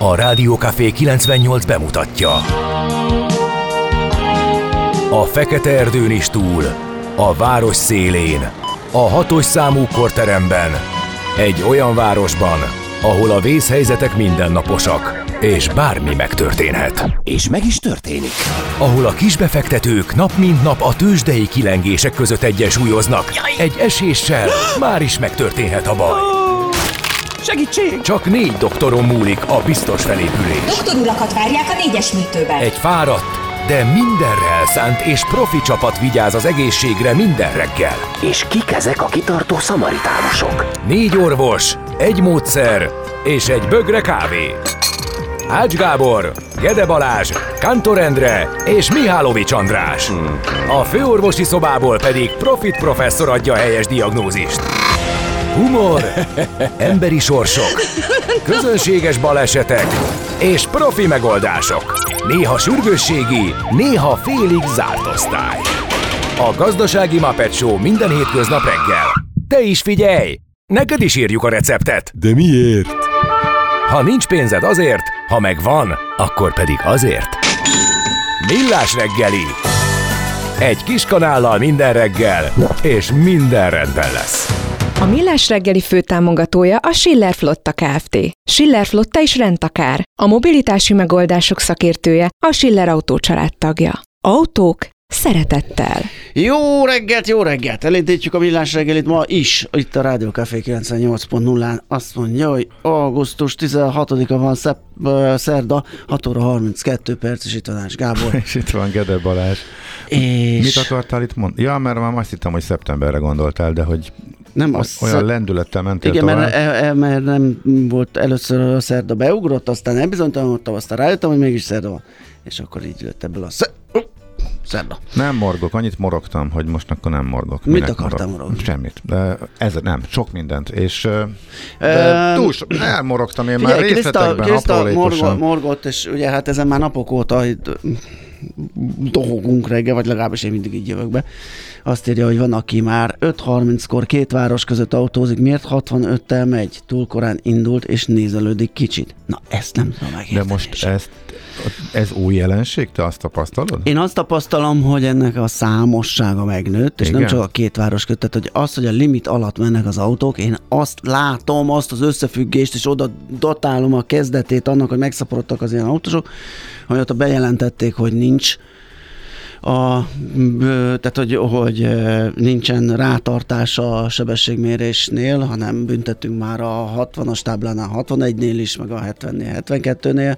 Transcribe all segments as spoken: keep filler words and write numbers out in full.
A Rádió Café kilencvennyolc bemutatja. A fekete erdőn is túl, a város szélén, a hatos számú korteremben, egy olyan városban, ahol a vészhelyzetek mindennaposak, és bármi megtörténhet. És meg is történik. Ahol a kisbefektetők nap mint nap a tőzsdei kilengések között egyensúlyoznak. Egy eséssel már is megtörténhet a baj. Segítség! Csak négy doktoron múlik a biztos felépülés. Doktor urakat várják a négyes műtőben. Egy fáradt, de mindenre elszánt és profi csapat vigyáz az egészségre minden reggel. És kik ezek a kitartó szamaritánusok? Négy orvos, egy módszer és egy bögre kávé. Ács Gábor, Gede Balázs, Kantor Endre és Mihálovics András. A főorvosi szobából pedig Profit professzor adja a helyes diagnózist. Humor, emberi sorsok, közönséges balesetek és profi megoldások. Néha sürgősségi, néha félig zárt osztály. A Gazdasági Muppet Show minden hétköznap reggel. Te is figyelj! Neked is írjuk a receptet. De miért? Ha nincs pénzed azért, ha megvan, akkor pedig azért. Millás reggeli. Egy kis kanállal minden reggel, és minden rendben lesz. A Millás reggeli főtámogatója a Schiller Flotta Kft. Schiller Flotta is rendtakár. A mobilitási megoldások szakértője, a Schiller Autó család tagja. Autók szeretettel. Jó reggelt, jó reggelt! Elindítjuk a Millás reggelit ma is, itt a Rádió Café kilencvennyolc pont nullán. Azt mondja, hogy augusztus tizenhatodika van, szep, uh, szerda, hat óra harminckettő perc, és itt van Ács Gábor. És itt van Gede Balázs. És... Mit akartál itt mondani? Ja, mert már azt hittem, hogy szeptemberre gondoltál, de hogy nem olyan szep... lendülettel mentél igen, tovább. Igen, mert, e, e, mert nem volt először a szerda beugrott, aztán elbizonytalanodtam, aztán rájöttem, hogy mégis szerda van. És akkor így jött ebből a sz... szerda. Nem morgok, annyit morogtam, hogy most akkor nem morgok. Mit Minek akartam morog? morogni? Semmit. De ez nem, sok mindent. És de túl so, elmorogtam én figyelj, már részletekben, Krista aprólékosan. morgott, és ugye hát ezen már napok óta dohogunk reggel, vagy legalábbis én mindig így jövök be. Azt írja, hogy van, aki már öt harminckor két város között autózik, miért hatvanöttel megy? Túl korán indult, és nézelődik kicsit. Na, ezt nem tudom megérteni. De most ezt, ez új jelenség? Te azt tapasztalod? Én azt tapasztalom, hogy ennek a számossága megnőtt, és igen? nem csak a két város között, tehát hogy az, hogy a limit alatt mennek az autók, én azt látom, azt az összefüggést, és oda datálom a kezdetét annak, hogy megszaporodtak az ilyen autósok, hogy ott bejelentették, hogy nincs A, tehát, hogy, hogy nincsen rátartás a sebességmérésnél, hanem büntetünk már a hatvanas táblánál hatvanegynél is, meg a hetvennél hetvenkettőnél.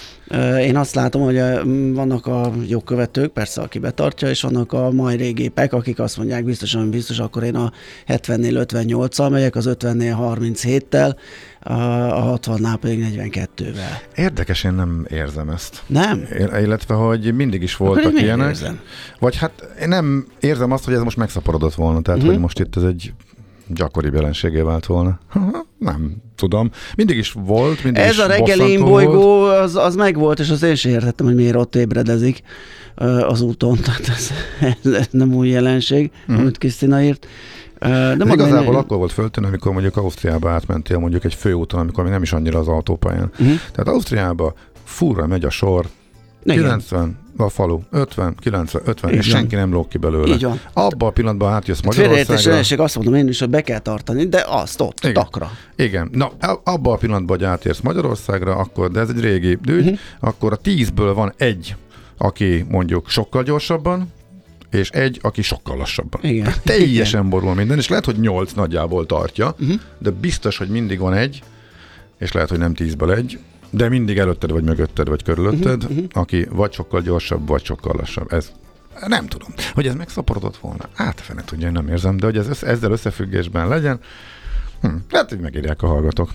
Én azt látom, hogy vannak a jogkövetők, persze aki betartja, és vannak a mai régépek, akik azt mondják biztosan, biztos, akkor én a hetvennél ötvennyolccal megyek, az ötvennél harminchéttel, a hatvannál pedig negyvenkettővel. Érdekes, én nem érzem ezt. Nem? É, illetve, hogy mindig is voltak akkor ilyenek. Érzem? Vagy hát én nem érzem azt, hogy ez most megszaporodott volna, tehát uh-huh. hogy most itt ez egy gyakoribb jelenségé vált volna. Nem tudom. Mindig is volt, mindig Ez is a reggeli bosszantó bolygó, az, az megvolt, és az én sem értettem, hogy miért ott ébredezik az úton. Tehát ez, ez nem új jelenség, uh-huh. amit Krisztina írt. De, de igazából én... akkor volt föltűnő, amikor mondjuk Ausztriába átmentél mondjuk egy főúton, amikor még nem is annyira az autópályán. Uh-huh. Tehát Ausztriába furra megy a sor, igen. kilencven a falu, ötven, kilencven, ötven, így és van. Senki nem lóg ki belőle. Így van. Abban a pillanatban átjössz Magyarországra. Félreértés, azt mondom én is, hogy be kell tartani, de azt ott, igen. takra. Igen. Na, abban a pillanatban, hogy átérsz Magyarországra, akkor, de ez egy régi ügy, uh-huh. akkor a tízből van egy, aki mondjuk sokkal gyorsabban, és egy, aki sokkal lassabban. Igen. Teljesen igen. borul minden, és lehet, hogy nyolc nagyjából tartja, uh-huh. de biztos, hogy mindig van egy, és lehet, hogy nem tízből egy, de mindig előtted, vagy mögötted, vagy körülötted, uh-huh, uh-huh. aki vagy sokkal gyorsabb, vagy sokkal lassabb. Ez nem tudom. Hogy ez megszaporodott volna? Hát fene tudja, én nem érzem, de hogy ez össze, ezzel összefüggésben legyen, hm, lehet, hogy megírják a hallgatók.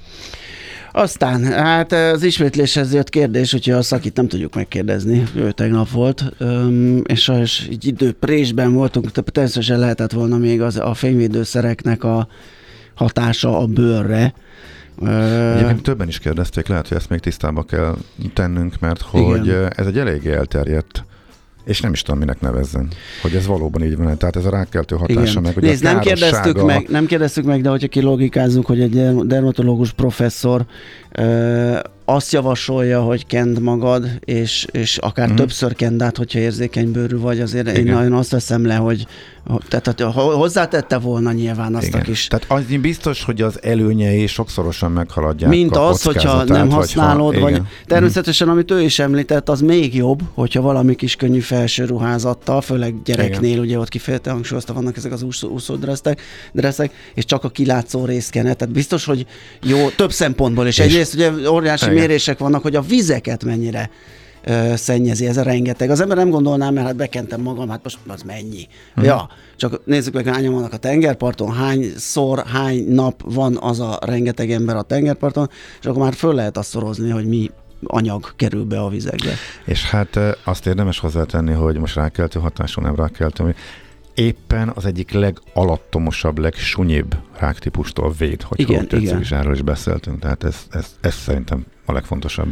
Aztán, hát az ismétléshez jött kérdés, hogyha a szakit nem tudjuk megkérdezni, ő tegnap volt, és sajnos így időprésben voltunk, természetesen lehetett volna még az, a fényvédőszereknek a hatása a bőrre. Egyébként többen is kérdezték, lehet, hogy ezt még tisztába kell tennünk, mert hogy igen. ez egy eléggé elterjedt, és nem is tudom, minek nevezzen, hogy ez valóban így van. Tehát ez a rákkeltő hatása igen. meg, hogy nézd, a nem kérdeztük meg, nem kérdeztük meg, de hogyha kilogikázzuk, hogy egy dermatológus professzor Ö, azt javasolja, hogy kend magad, és, és akár mm. többször kend át, hogyha érzékeny bőrű vagy, azért igen. én nagyon azt veszem le, hogy tehát, hozzátette volna nyilván azt igen. a kis... Tehát az biztos, hogy az előnyei sokszorosan meghaladják mint a az, hogyha nem használod, vagy, vagy természetesen, amit ő is említett, az még jobb, hogyha valami kis könnyű felső ruházattal, főleg gyereknél, igen. ugye ott kifejezetten hangsúlyozta, vannak ezek az úszódresszek, dresszek, és csak a kilátszó rész kene. Tehát biztos, hogy jó, több szempontból, és, és egyrészt ugye óriási igen. mérések vannak, hogy a vizeket mennyire ö, szennyezi ez a rengeteg. Az ember nem gondolná, mert hát bekentem magam, hát most az mennyi. Hmm. Ja, csak nézzük meg, hányan vannak a tengerparton, hányszor, hány nap van az a rengeteg ember a tengerparton, és akkor már föl lehet azt szorozni, hogy mi anyag kerül be a vizekbe. És hát azt érdemes hozzátenni, hogy most rákeltő hatású, nem rákeltő, éppen az egyik legalattomosabb, legsunyibb ráktípustól véd, hogy igen, úgy tetszik, igen. és erről is beszéltünk. Tehát ez, ez, ez szerintem a legfontosabb.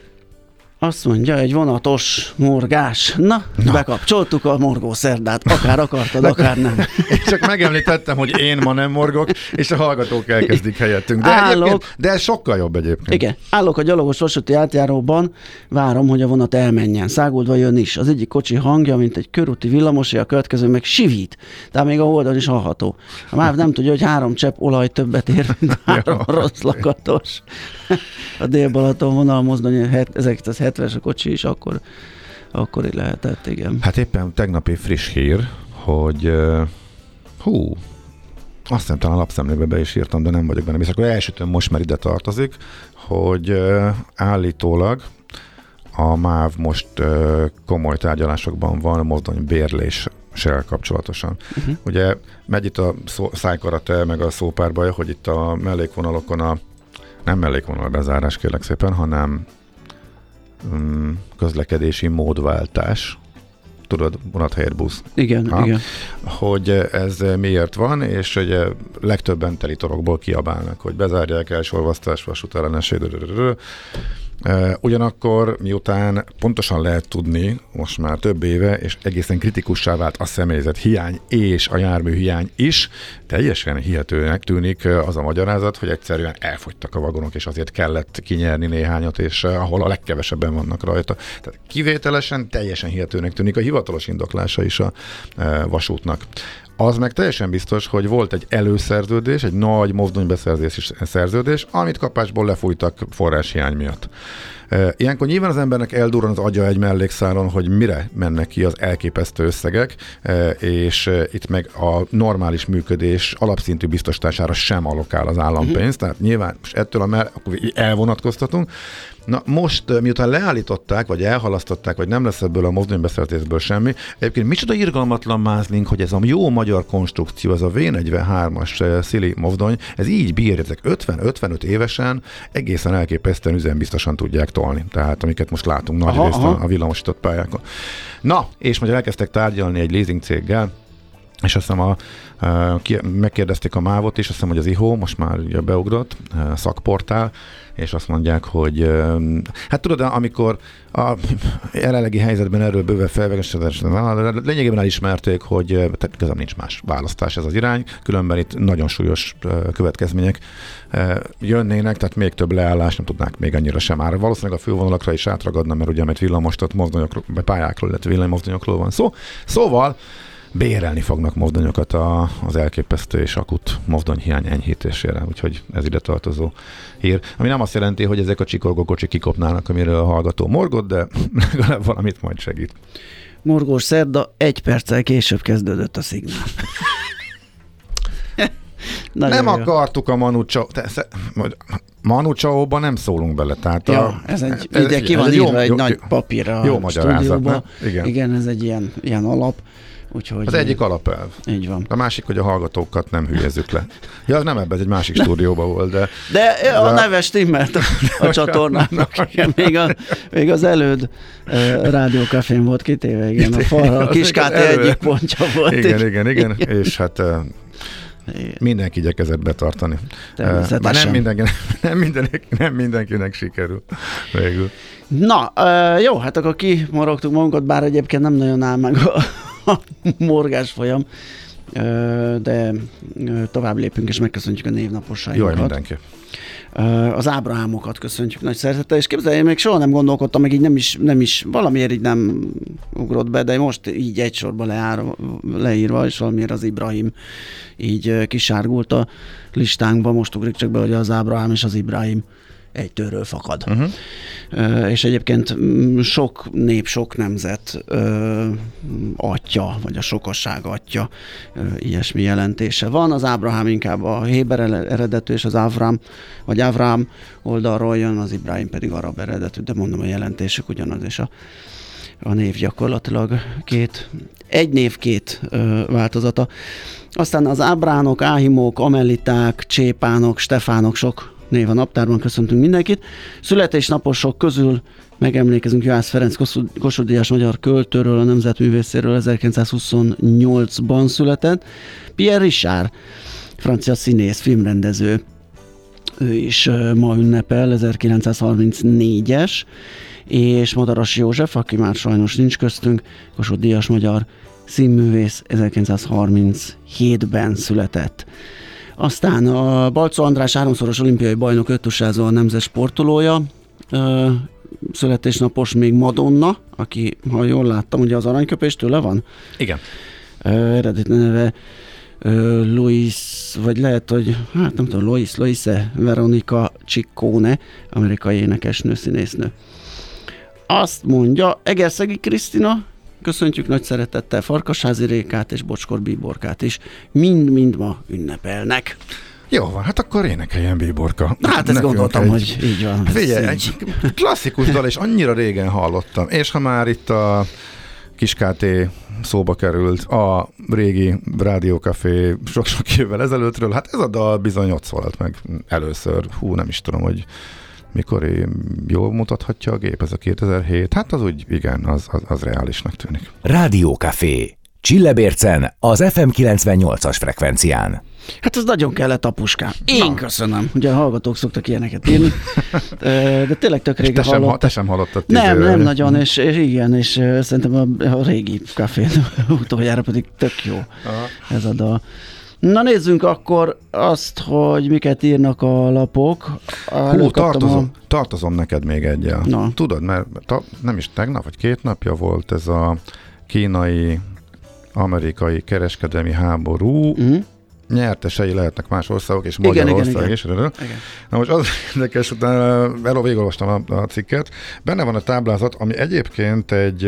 Azt mondja, egy vonatos morgás. Na, Na. bekapcsoltuk a morgószerdát. Akár akartad, akár nem. Én csak megemlítettem, hogy én ma nem morgok, és a hallgatók elkezdik helyettünk. De, Állok, de ez sokkal jobb egyébként. Igen. Állok a gyalogos vasúti átjáróban, várom, hogy a vonat elmenjen. Száguldva jön is. Az egyik kocsi hangja, mint egy körúti villamosé, a következő meg sivít. Tehát még a oldalon is hallható. A MÁV nem tudja, hogy három csepp olaj többet ér, mint három rossz lakatos. A Dél-Balaton vonal mozdony ezerkilencszázhetvenes a kocsi is akkor, akkor így lehetett, igen. Hát éppen tegnapi friss hír, hogy hú, azt hiszem talán a lapszemlébe be is írtam, de nem vagyok benne biztos. Akkor elsütően most már ide tartozik, hogy állítólag a MÁV most komoly tárgyalásokban van a mozdony bérléssel kapcsolatosan. Uh-huh. Ugye megy itt a szó, szájkarate, meg a szópárbaj, hogy itt a mellékvonalokon a nem mellékvonal bezárás, kérlek szépen, hanem um, közlekedési módváltás. Tudod, vonat helyett busz. Igen, ha? igen. Hogy ez miért van, és ugye legtöbben teli torokból kiabálnak, hogy bezárják el, sorvasztás, vasútellenesség. Ugyanakkor, miután pontosan lehet tudni, most már több éve, és egészen kritikussá vált a személyzet hiány és a jármű hiány is, teljesen hihetőnek tűnik az a magyarázat, hogy egyszerűen elfogytak a vagonok, és azért kellett kinyerni néhányat, és ahol a legkevesebben vannak rajta. Tehát kivételesen teljesen hihetőnek tűnik a hivatalos indoklása is a vasútnak. Az meg teljesen biztos, hogy volt egy előszerződés, egy nagy mozdonybeszerzési szerződés, amit kapásból lefújtak forráshiány miatt. Ilyenkor nyilván az embernek eldurran az agya egy mellékszálon, hogy mire mennek ki az elképesztő összegek, és itt meg a normális működés alapszintű biztosítására sem allokál az állampénzt, uh-huh. tehát nyilván most ettől a mell- akkor elvonatkoztatunk. Na most, miután leállították, vagy elhalasztották, vagy nem lesz ebből a mozdonybeszerzésből semmi, egyébként micsoda irgalmatlan mázlink, hogy ez a jó magyar konstrukció, ez a vé negyvenhármas szili mozdony, ez így bír, ezek ötven-ötvenöt évesen egészen elképesztően üzembiztosan tudják tolni. Tehát amiket most látunk nagy részt a villamosított pályákon. Na, és majd elkezdtek tárgyalni egy leasing céggel, és azt hiszem a, a, ki, megkérdezték a mávot is, azt hiszem, hogy az i há o most már ugye beugrott, a szakportál, és azt mondják, hogy hát tudod, amikor a jelenlegi helyzetben erről bőve felvegesedés, lényegében elismerték, hogy tehát igazán nincs más választás ez az irány, különben itt nagyon súlyos következmények jönnének, tehát még több leállás nem tudnák még annyira sem ára. Valószínűleg a fővonalakra is átragadna, mert ugye amit villamosított mozdonyokról, pályákról, illetve villanymozdonyokról van szó. Szóval bérelni fognak mozdonyokat a, az elképesztő és akut mozdonyhiány enyhítésére, úgyhogy ez ide tartozó hír. Ami nem azt jelenti, hogy ezek a csikorgó kocsik kikopnának, amiről a hallgató morgott, de legalább valamit majd segít. Morgós szerda, egy perccel később kezdődött a szignál. Nem jó. Akartuk a Manu Chao, Manu Chao-ba nem szólunk bele. Tehát ja, a, ez egy, ez, ide ki van írva jó, egy jó, nagy papírra jó a stúdióba. Igen. Igen, ez egy ilyen, ilyen alap. Úgyhogy az egyik alapelv. Így van. A másik, hogy a hallgatókat nem hülyezzük le. Ja, nem ebben, ez egy másik stúdióban volt, de... De, de a neve stimmelt a, a csatornának. Igen, még, a, még az előd uh, rádiókafén volt kitéve, igen, a falra, a Kiskáté egyik pontja volt. Igen, igen, igen, igen, és hát... Uh, mindenki igyekezett betartani. Uh, már nem, mindenki, nem, mindenki, nem mindenkinek sikerül végül. Na, uh, jó, hát akkor kimorogtuk magunkat, bár egyébként nem nagyon áll meg a, a morgás folyam. de tovább lépünk, és megköszöntjük a névnaposságokat. Jaj, mindenki. Az Ábrahámokat köszöntjük nagy szeretettel, és képzelj, én még soha nem gondolkodtam, meg így nem is, nem is valamiért így nem ugrott be, de most így egy sorba leáll, leírva, és valamiért az Ibrahim így kisárgult a listánkba, most ugrik csak be, hogy az Ábrahám és az Ibrahim egy tőről fakad. Uh-huh. Uh, és egyébként sok nép, sok nemzet uh, atya, vagy a sokasság atya, uh, ilyesmi jelentése van. Az Ábrahám inkább a héber eredetű, és az Ávram, vagy Ávram oldalról jön, az Ibrahim pedig arab eredetű, de mondom, a jelentések ugyanaz, és a, a név gyakorlatilag két, egy név két uh, változata. Aztán az ábránok, áhimok, ameliták, csépánok, stefánok, sok név a naptárban, köszöntünk mindenkit. Születésnaposok közül megemlékezünk Juhász Ferenc Kossuth Díjas magyar költőről, a nemzetművészéről, ezerkilencszázhuszonnyolcban született. Pierre Richard, francia színész, filmrendező, ő is ma ünnepel, ezerkilencszázharmincnégyes, és Madaras József, aki már sajnos nincs köztünk, Kossuth Díjas magyar színművész, ezerkilencszázharminchétben született. Aztán a Balczó András háromszoros olimpiai bajnok, öttusázó a nemzet sportolója, ö, születésnapos még Madonna, aki, ha jól láttam, ugye az aranyköpés tőle van? Igen. Ö, eredeti neve ö, Louis, vagy lehet, hogy, hát nem tudom, Louis, Louise Veronica Ciccone, amerikai énekesnő, színésznő. Azt mondja Egerszegi Krisztina, köszöntjük nagy szeretettel Farkasházi Rékát és Bocskor Bíborkát is. Mind-mind ma ünnepelnek. Jó van, hát akkor énekeljen Bíborka. Hát ezt gondoltam, egy, hogy így van. Figyelj, egy klasszikus dal, és annyira régen hallottam. És ha már itt a Kiskáté szóba került a régi rádiókafé sok-sok évvel ezelőttről, hát ez a dal bizony ott szólalt meg először. Hú, nem is tudom, hogy mikor jól mutathatja a gép, ez a kétezer-hét? Hát az úgy, igen, az, az, az reálisnak tűnik. Rádiókafé. Csillebércen, az ef em kilencvennyolcas frekvencián. Hát ez nagyon kellett, apuskám. Én Na. köszönöm. Ugye a hallgatók szoktak ilyeneket írni. De tényleg tök régen te hallottam. Sem, te sem hallottad. Nem, nem nagyon, és, és igen, és szerintem a, a régi kafén utoljára pedig tök jó. Aha. Ez a dal. Na nézzünk akkor azt, hogy miket írnak a lapok. Hú, tartozom, a... tartozom neked még egyel. Na. Tudod, mert ta, nem is tegnap, vagy két napja volt ez a kínai-amerikai kereskedelmi háború. Uh-huh. Nyertesei lehetnek más országok, és Magyarország is. Igen. Na most az érdekes, utána elő végigolvastam a, a cikket. Benne van a táblázat, ami egyébként egy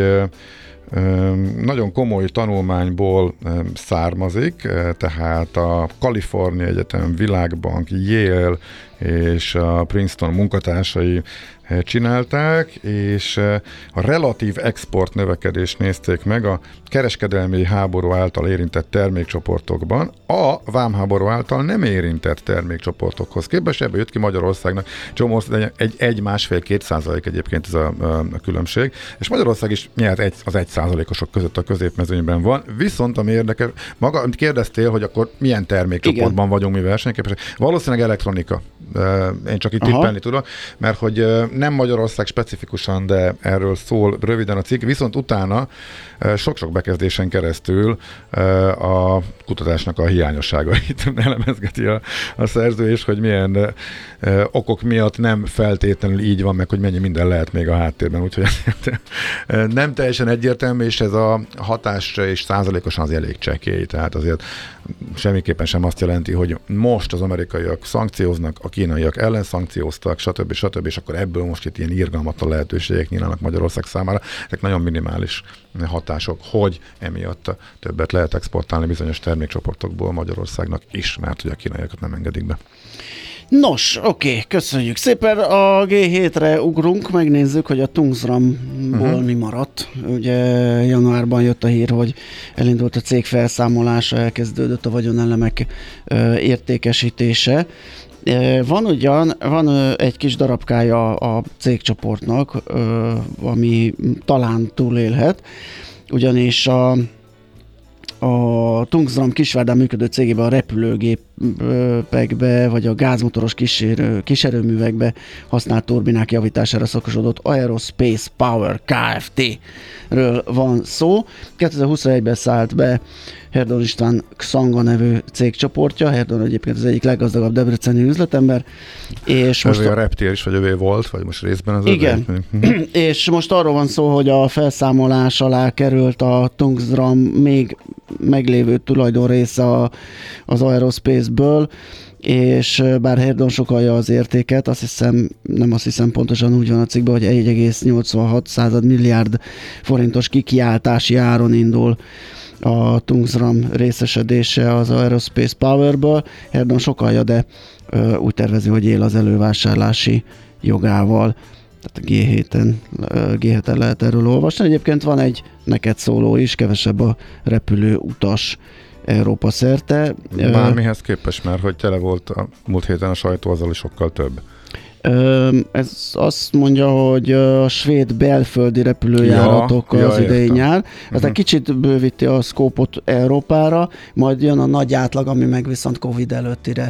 nagyon komoly tanulmányból származik, tehát a Kalifornia Egyetem, Világbank, Yale és a Princeton munkatársai csinálták, és a relatív export növekedést nézték meg a kereskedelmi háború által érintett termékcsoportokban a vámháború által nem érintett termékcsoportokhoz képest. Ebből jött ki Magyarországnak csomószor egy, egy másfél-két százalék egyébként ez a, a különbség, és Magyarország is nyert egy, az egy százalékosok között a középmezőnyben van, viszont ami érdekes, maga, amit kérdeztél, hogy akkor milyen termékcsoportban Igen. vagyunk mi versenyképesek, valószínűleg elektronika. Én csak itt Aha. tippelni tudok, mert hogy nem Magyarország specifikusan, de erről szól röviden a cikk, viszont utána sok-sok bekezdésen keresztül a kutatásnak a hiányosságait elemezgeti a, a szerző, és hogy milyen okok miatt nem feltétlenül így van, meg hogy mennyi minden lehet még a háttérben, úgyhogy nem teljesen egyértelmű, és ez a hatás és százalékosan az elég csekély, tehát azért semmiképpen sem azt jelenti, hogy most az amerikaiak szankcióznak, a kínaiak ellen szankcióztak, stb. stb. És akkor ebből most itt ilyen irgalmatlan lehetőségek nyílnak Magyarország számára. Ezek nagyon minimális hatások, hogy emiatt többet lehet exportálni bizonyos termékcsoportokból Magyarországnak is, mert hogy a kínaiakat nem engedik be. Nos, oké, okay, köszönjük szépen. A gé hétre ugrunk, megnézzük, hogy a Tungsramból uh-huh. mi maradt. Ugye januárban jött a hír, hogy elindult a cég felszámolása, elkezdődött a vagyonelemek ö, értékesítése. Van ugyan, van egy kis darabkája a cégcsoportnak, ami talán túlélhet, ugyanis a a Tungsram Kisvárdán működő cégében a repülőgépekbe, vagy a gázmotoros kísérő, kísérőművekbe használt turbinák javítására szakosodott Aerospace Power Kft-ről van szó. kétezer-huszonegyben szállt be Herdon István Xanga nevű cégcsoportja. Herdon egyébként az egyik leggazdagabb debreceni üzletember. És most most a, a reptér is, vagy övé volt, vagy most részben az igen. övé? És most arról van szó, hogy a felszámolás alá került a Tungsram még meglévő tulajdon része az Aerospace-ből, és bár Herdon sokalja az értéket, azt hiszem, nem azt hiszem pontosan úgy van a cikkben, hogy egy egész nyolcvanhat milliárd forintos kikiáltási áron indul a Tungsram részesedése az Aerospace Powerből. Herdon sokalja, de ö, úgy tervezi, hogy él az elővásárlási jogával. Tehát a gé héten, gé héten lehet erről olvasni. Egyébként van egy neked szóló is, kevesebb a repülő utas Európa szerte. Bármihez képest, mert hogy tele volt a múlt héten a sajtó, azzal is sokkal több. Ez azt mondja, hogy a svéd belföldi repülőjáratok ja, az ja, idei nyár. Ez uh-huh. kicsit bővíti a szkópot Európára, majd jön a nagy átlag, ami meg viszont Covid előttire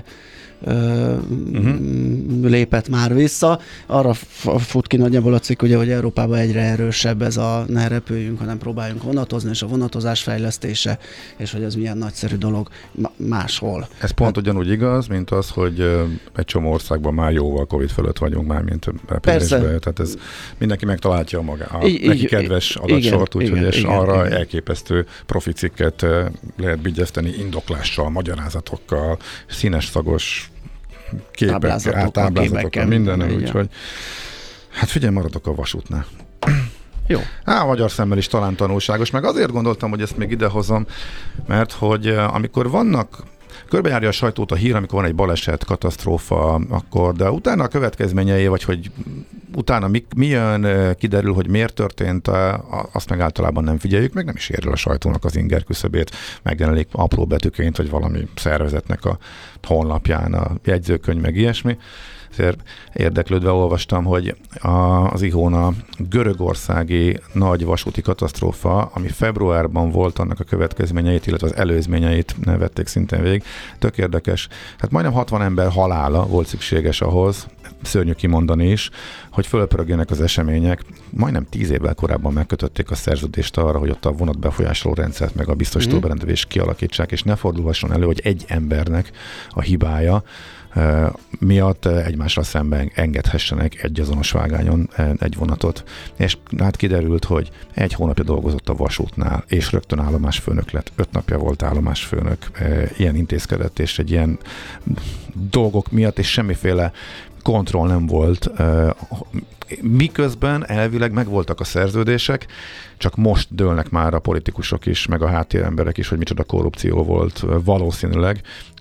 uh-huh. lépett már vissza. Arra fut ki nagyjából a cikk, ugye, hogy Európában egyre erősebb ez a ne repüljünk, hanem próbáljunk vonatozni, és a vonatozás fejlesztése, és hogy ez milyen nagyszerű dolog máshol. Ez pont hát, ugyanúgy igaz, mint az, hogy egy csomó országban már jóval Covid fölött vagyunk már, mint repülésbe. Tehát ez mindenki megtalálja maga, a így, neki kedves adatsort, úgyhogy és igen, arra igen. elképesztő proficikket lehet bigyezteni indoklással, magyarázatokkal, színes szagos képek, táblázatokkal, táblázatokkal minden, úgyhogy hát figyelj, maradok a vasútnál. Jó. Á, magyar szemmel is talán tanulságos, meg azért gondoltam, hogy ezt még idehozom, mert hogy amikor vannak, körbejárja a sajtót a hír, amikor van egy baleset, katasztrófa, akkor, de utána a következményei, vagy hogy utána mi, mi jön, kiderül, hogy miért történt, azt meg általában nem figyeljük, meg nem is ér el a sajtónak az inger küszöbét, megjelenik apró betűként, vagy valami szervezetnek a honlapján a jegyzőkönyv, meg ilyesmi. Ezért érdeklődve olvastam, hogy az i há o-n a görögországi nagy vasúti katasztrófa, ami februárban volt, annak a következményeit, illetve az előzményeit vették szintén végig. Tök érdekes. Hát majdnem hatvan ember halála volt szükséges ahhoz, szörnyű kimondani is, hogy fölpörögjenek az események. Majdnem tíz évvel korábban megkötötték a szerződést arra, hogy ott a vonatbefolyásoló rendszert meg a biztosító berendezést kialakítsák, és ne fordulhasson elő, hogy egy embernek a hibája miatt egymásra szemben engedhessenek egy azonos vágányon egy vonatot. És hát kiderült, hogy egy hónapja dolgozott a vasútnál, és rögtön állomásfőnök lett. Öt napja volt állomásfőnök. Ilyen intézkedett, és egy ilyen dolgok miatt, és semmiféle kontroll nem volt. Miközben elvileg megvoltak a szerződések, csak most dőlnek már a politikusok is, meg a háttéremberek is, hogy micsoda korrupció volt valószínűleg,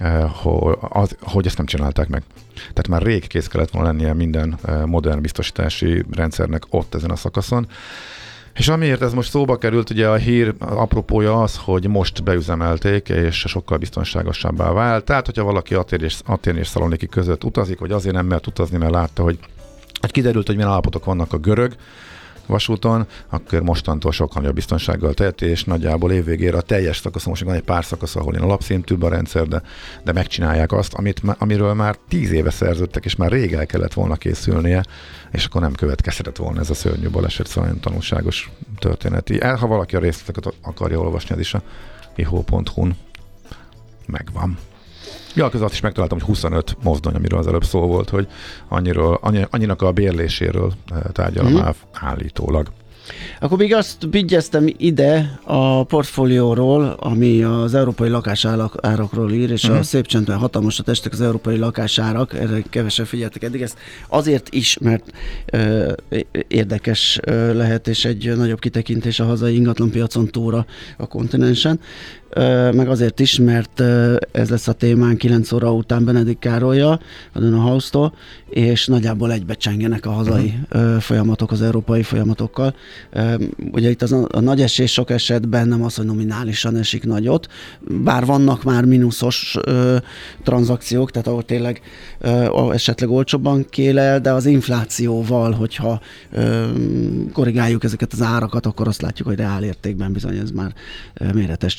hogy ezt nem csinálták meg. Tehát már rég kész kellett volna lennie minden modern biztosítási rendszernek ott ezen a szakaszon. És amiért ez most szóba került, ugye a hír apropója az, hogy most beüzemelték, és sokkal biztonságosabbá vált. Tehát, hogyha valaki Atén és, Atén és Szaloniki között utazik, vagy azért nem mert utazni, mert látta, hogy, hogy kiderült, hogy milyen állapotok vannak a görög vasúton, akkor mostantól sokkal nagyobb biztonsággal teheti, és nagyjából évvégére a teljes szakaszon, most van egy pár szakasz, ahol én a lapszintűbb a rendszer, de, de megcsinálják azt, amit, amiről már tíz éve szerződtek, és már rég el kellett volna készülnie, és akkor nem következhetett volna ez a szörnyű baleset, szóval olyan tanulságos történeti. El, ha valaki a részleteket akarja olvasni, ez is a i há o pont hu-n megvan. Ja, között is megtaláltam, hogy huszonöt mozdony, amiről az előbb szó volt, hogy annyiról, annyi, annyinak a bérléséről tárgyal a MÁV állítólag. Akkor még azt vigyeztem ide a portfólióról, ami az európai lakásárakról ír, és uh-huh. a szép csendben hatalmasat estek az európai lakásárak, erre kevesen figyeltek eddig. Ezt azért is, mert ö, érdekes ö, lehet, és egy nagyobb kitekintés a hazai ingatlanpiacon túra a kontinensen, ö, meg azért is, mert ö, ez lesz a témán kilenc óra után Benedikt Károlyjal, a Duna House-tól, és nagyjából egybecsengenek a hazai uh-huh. ö, folyamatok az európai folyamatokkal. Ugye itt az a, a nagy esés sok esetben nem az, hogy nominálisan esik nagyot, bár vannak már mínuszos ö, tranzakciók, tehát ahol tényleg ö, esetleg olcsóbban kél el, de az inflációval, hogyha ö, korrigáljuk ezeket az árakat, akkor azt látjuk, hogy reál értékben bizony ez már méretes csökkenés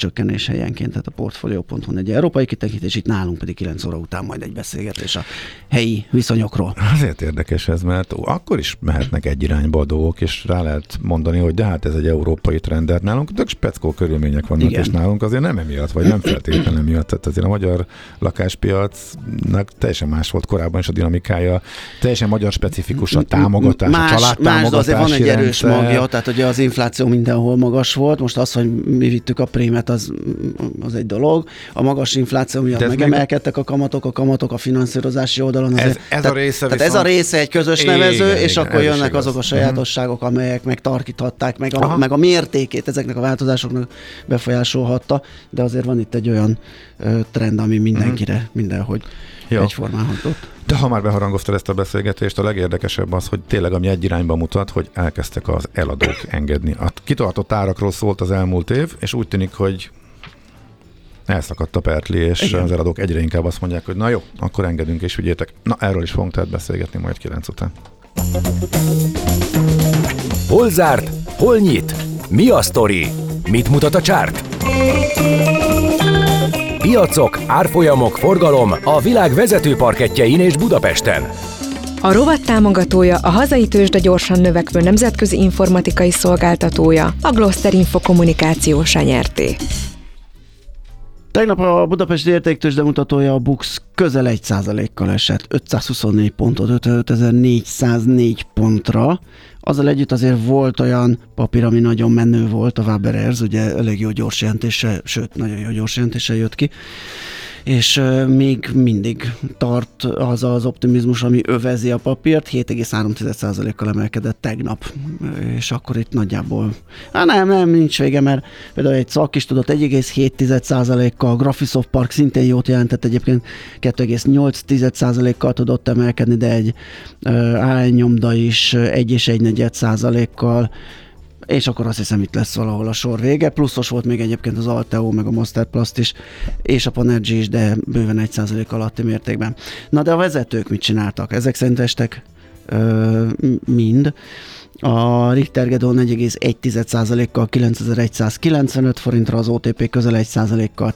is helyenként, tehát a portfolio pont hu egy európai kitekintés, itt nálunk pedig kilenc óra után majd egy beszélgetés a helyi viszonyokról. Azért érdekes ez, mert akkor is mehetnek egy irányba a dolgok, és rá lehet mondani, hogy de hát ez egy európai trend, nálunk tök speckó körülmények vannak, igen. És nálunk azért nem emiatt, vagy nem feltétlenül emiatt, tehát azért a magyar lakáspiacnak teljesen más volt korábban is a dinamikája, teljesen magyar specifikus a támogatás, más, a családtámogatási más, azért van egy erős rendszer. magja, tehát ugye az infláció mindenhol magas volt, most az, hogy mi vittük a prémet, az, az egy dolog. A magas infláció miatt megemelkedtek a kamatok, a kamatok a finanszírozási oldalon. Azért, ez, ez, tehát, a része tehát viszont... ez a része egy közös nevező, igen, és igen, akkor jönnek azok igaz. a sajátosságok, amelyek megtarkíthatták, meg a, meg a mértékét ezeknek a változásoknak befolyásolhatta, de azért van itt egy olyan ö, trend, ami mindenkire, uh-huh. mindenhogy jó. Egyformán hatott. De ha már beharangoztad ezt a beszélgetést, a legérdekesebb az, hogy tényleg ami egy irányba mutat, hogy elkezdtek az eladók engedni. A kitartott árakról szólt az elmúlt év, és úgy tűnik, hogy elszakadt a pertli, és igen. Az eladók egyre inkább azt mondják, hogy na jó, akkor engedünk és vigyétek. Na, erről is fogunk tehát beszélgetni majd kilenc után. Hol zárt? Hol nyit? Mi a sztori? Mit mutat a csárt? Piacok, árfolyamok, forgalom a világ vezető parkettjein és Budapesten. A rovat támogatója, a hazai tőzsde gyorsan növekvő nemzetközi informatikai szolgáltatója, a Gloster Info Kommunikációsa nyerté. Tegnap a Budapesti Értéktőzsde mutatója a BUX közel egy százalékkal esett, ötszázhuszonnégy pontot, ötvenötezer-négyszáznégy pontra. Azzal együtt azért volt olyan papír, ami nagyon menő volt, a Waberers, ugye elég jó gyors jelentése, sőt, nagyon jó gyors jelentése jött ki, és uh, még mindig tart az az optimizmus, ami övezi a papírt, hét egész három százalékkal emelkedett tegnap, és akkor itt nagyjából, hát nem, nem, nincs vége, mert például egy szak is tudott egy egész hét százalékkal, a Graphisoft Park szintén jót jelentett, egyébként kettő egész nyolc százalékkal tudott emelkedni, de egy uh, álnyomda is egy és egy negyed százalékkal, és akkor azt hiszem, itt lesz valahol a sor vége. Pluszos volt még egyébként az Alteo, meg a Masterplast is, és a Panergy is, de bőven egy százalék alatti mértékben. Na de a vezetők mit csináltak? Ezek szerint estek ö, mind. A Richter Gedeon négy egész egy százalékkal kilencezer-egyszázkilencvenöt forintra, az o té pé közel egy százalékkal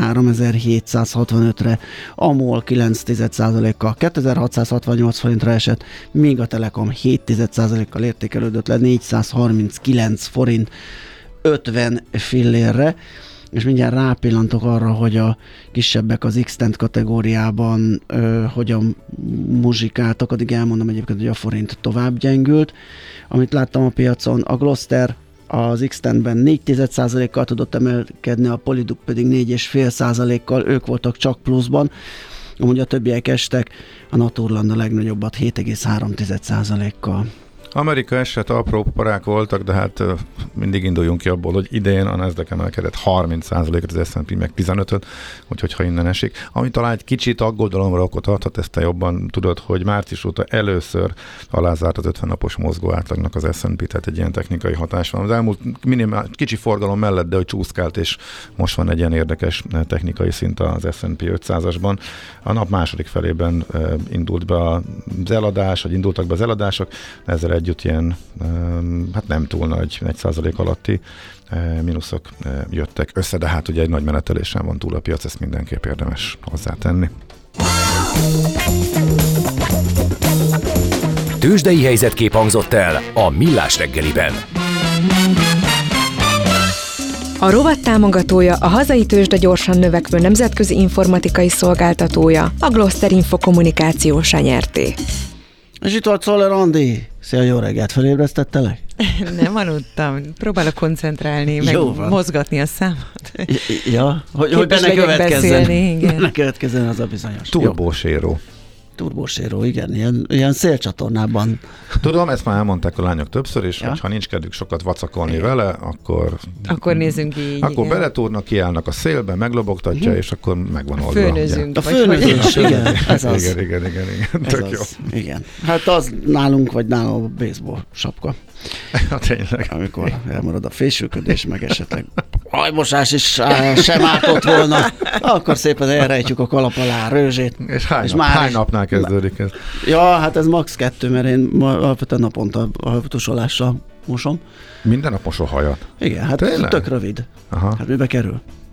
tizenháromezer-hétszázhatvanötre, a MOL kilenc százalékkal kétezer-hatszázhatvannyolc forintra esett, míg a Telekom hét százalékkal értékelődött le négyszázharminckilenc forint ötven fillérre, és mindjárt rápillantok arra, hogy a kisebbek az X-Tent kategóriában ö, hogyan muzsikáltak, addig elmondom egyébként, hogy a forint tovább gyengült. Amit láttam a piacon, a Gloster az X-Tentben négy százalékkal tudott emelkedni, a Polyduk pedig négy egész öt százalékkal, ők voltak csak pluszban, amúgy a többiek estek, a Naturland a legnagyobbat hét egész három százalékkal. Amerika eset apró parák voltak, de hát mindig induljunk ki abból, hogy idén a Nasdaq emelkedett harminc százalékot, az es and pé meg tizenötöt, úgyhogy ha innen esik. Ami talán egy kicsit aggodalomra okot adhat, ezt te jobban tudod, hogy március óta először alázárt az ötven napos mozgó átlagnak az es and pé, tehát egy ilyen technikai hatás van. Az elmúlt minimál, kicsi forgalom mellett, de hogy csúszkált, és most van egy ilyen érdekes technikai szint az es and pé ötszázasban. A nap második felében indult be az eladás, vagy indultak be az eladások, ezzel együtt ilyen, hát nem túl nagy, egy százalék alatti mínuszok jöttek össze, de hát ugye egy nagy menetelésen van túl a piac, ezt mindenképp érdemes hozzátenni. Tőzsdei helyzetkép hangzott el a Millás reggeliben. A rovat támogatója, a hazai tőzsde gyorsan növekvő nemzetközi informatikai szolgáltatója, a Gloster Info Kommunikációsa nyerté. És itt volt Szoller Andi. Szia, jó reggelt, felébresztettelek? Nem aludtam, próbálok koncentrálni, meg mozgatni a számat. Ja, hogy, hogy benne következzen. Benne következzen az a bizonyos. Turbóséró. Turbóséró, igen, ilyen, ilyen szélcsatornában. Tudom, ezt már elmondták a lányok többször, és ja? ha nincs kedvük sokat vacakolni igen. vele, akkor... Akkor nézzünk így, Akkor igen. beletúrnak, kiállnak a szélbe, meglobogtatja, uh-huh. és akkor megvan oldva. Főnözünk. A főnözés, igen, ez az. Igen, igen, igen, igen. Tök jó. Igen. Hát az nálunk, vagy nálunk a baseball sapka. Ja, tényleg. Amikor elmarad a fésülködés, meg esetleg hajmosás is sem ártott volna, akkor szépen elrejtjük a kalap alá a rőzsét. És hány, és nap, már hány is, napnál kezdődik ez? Ja, hát ez max. kettő, mert én alapvetően naponta a tusolással mosom. Minden nap mosol hajat? Igen, hát tényleg? Tök rövid. Aha. Hát mibe kerül?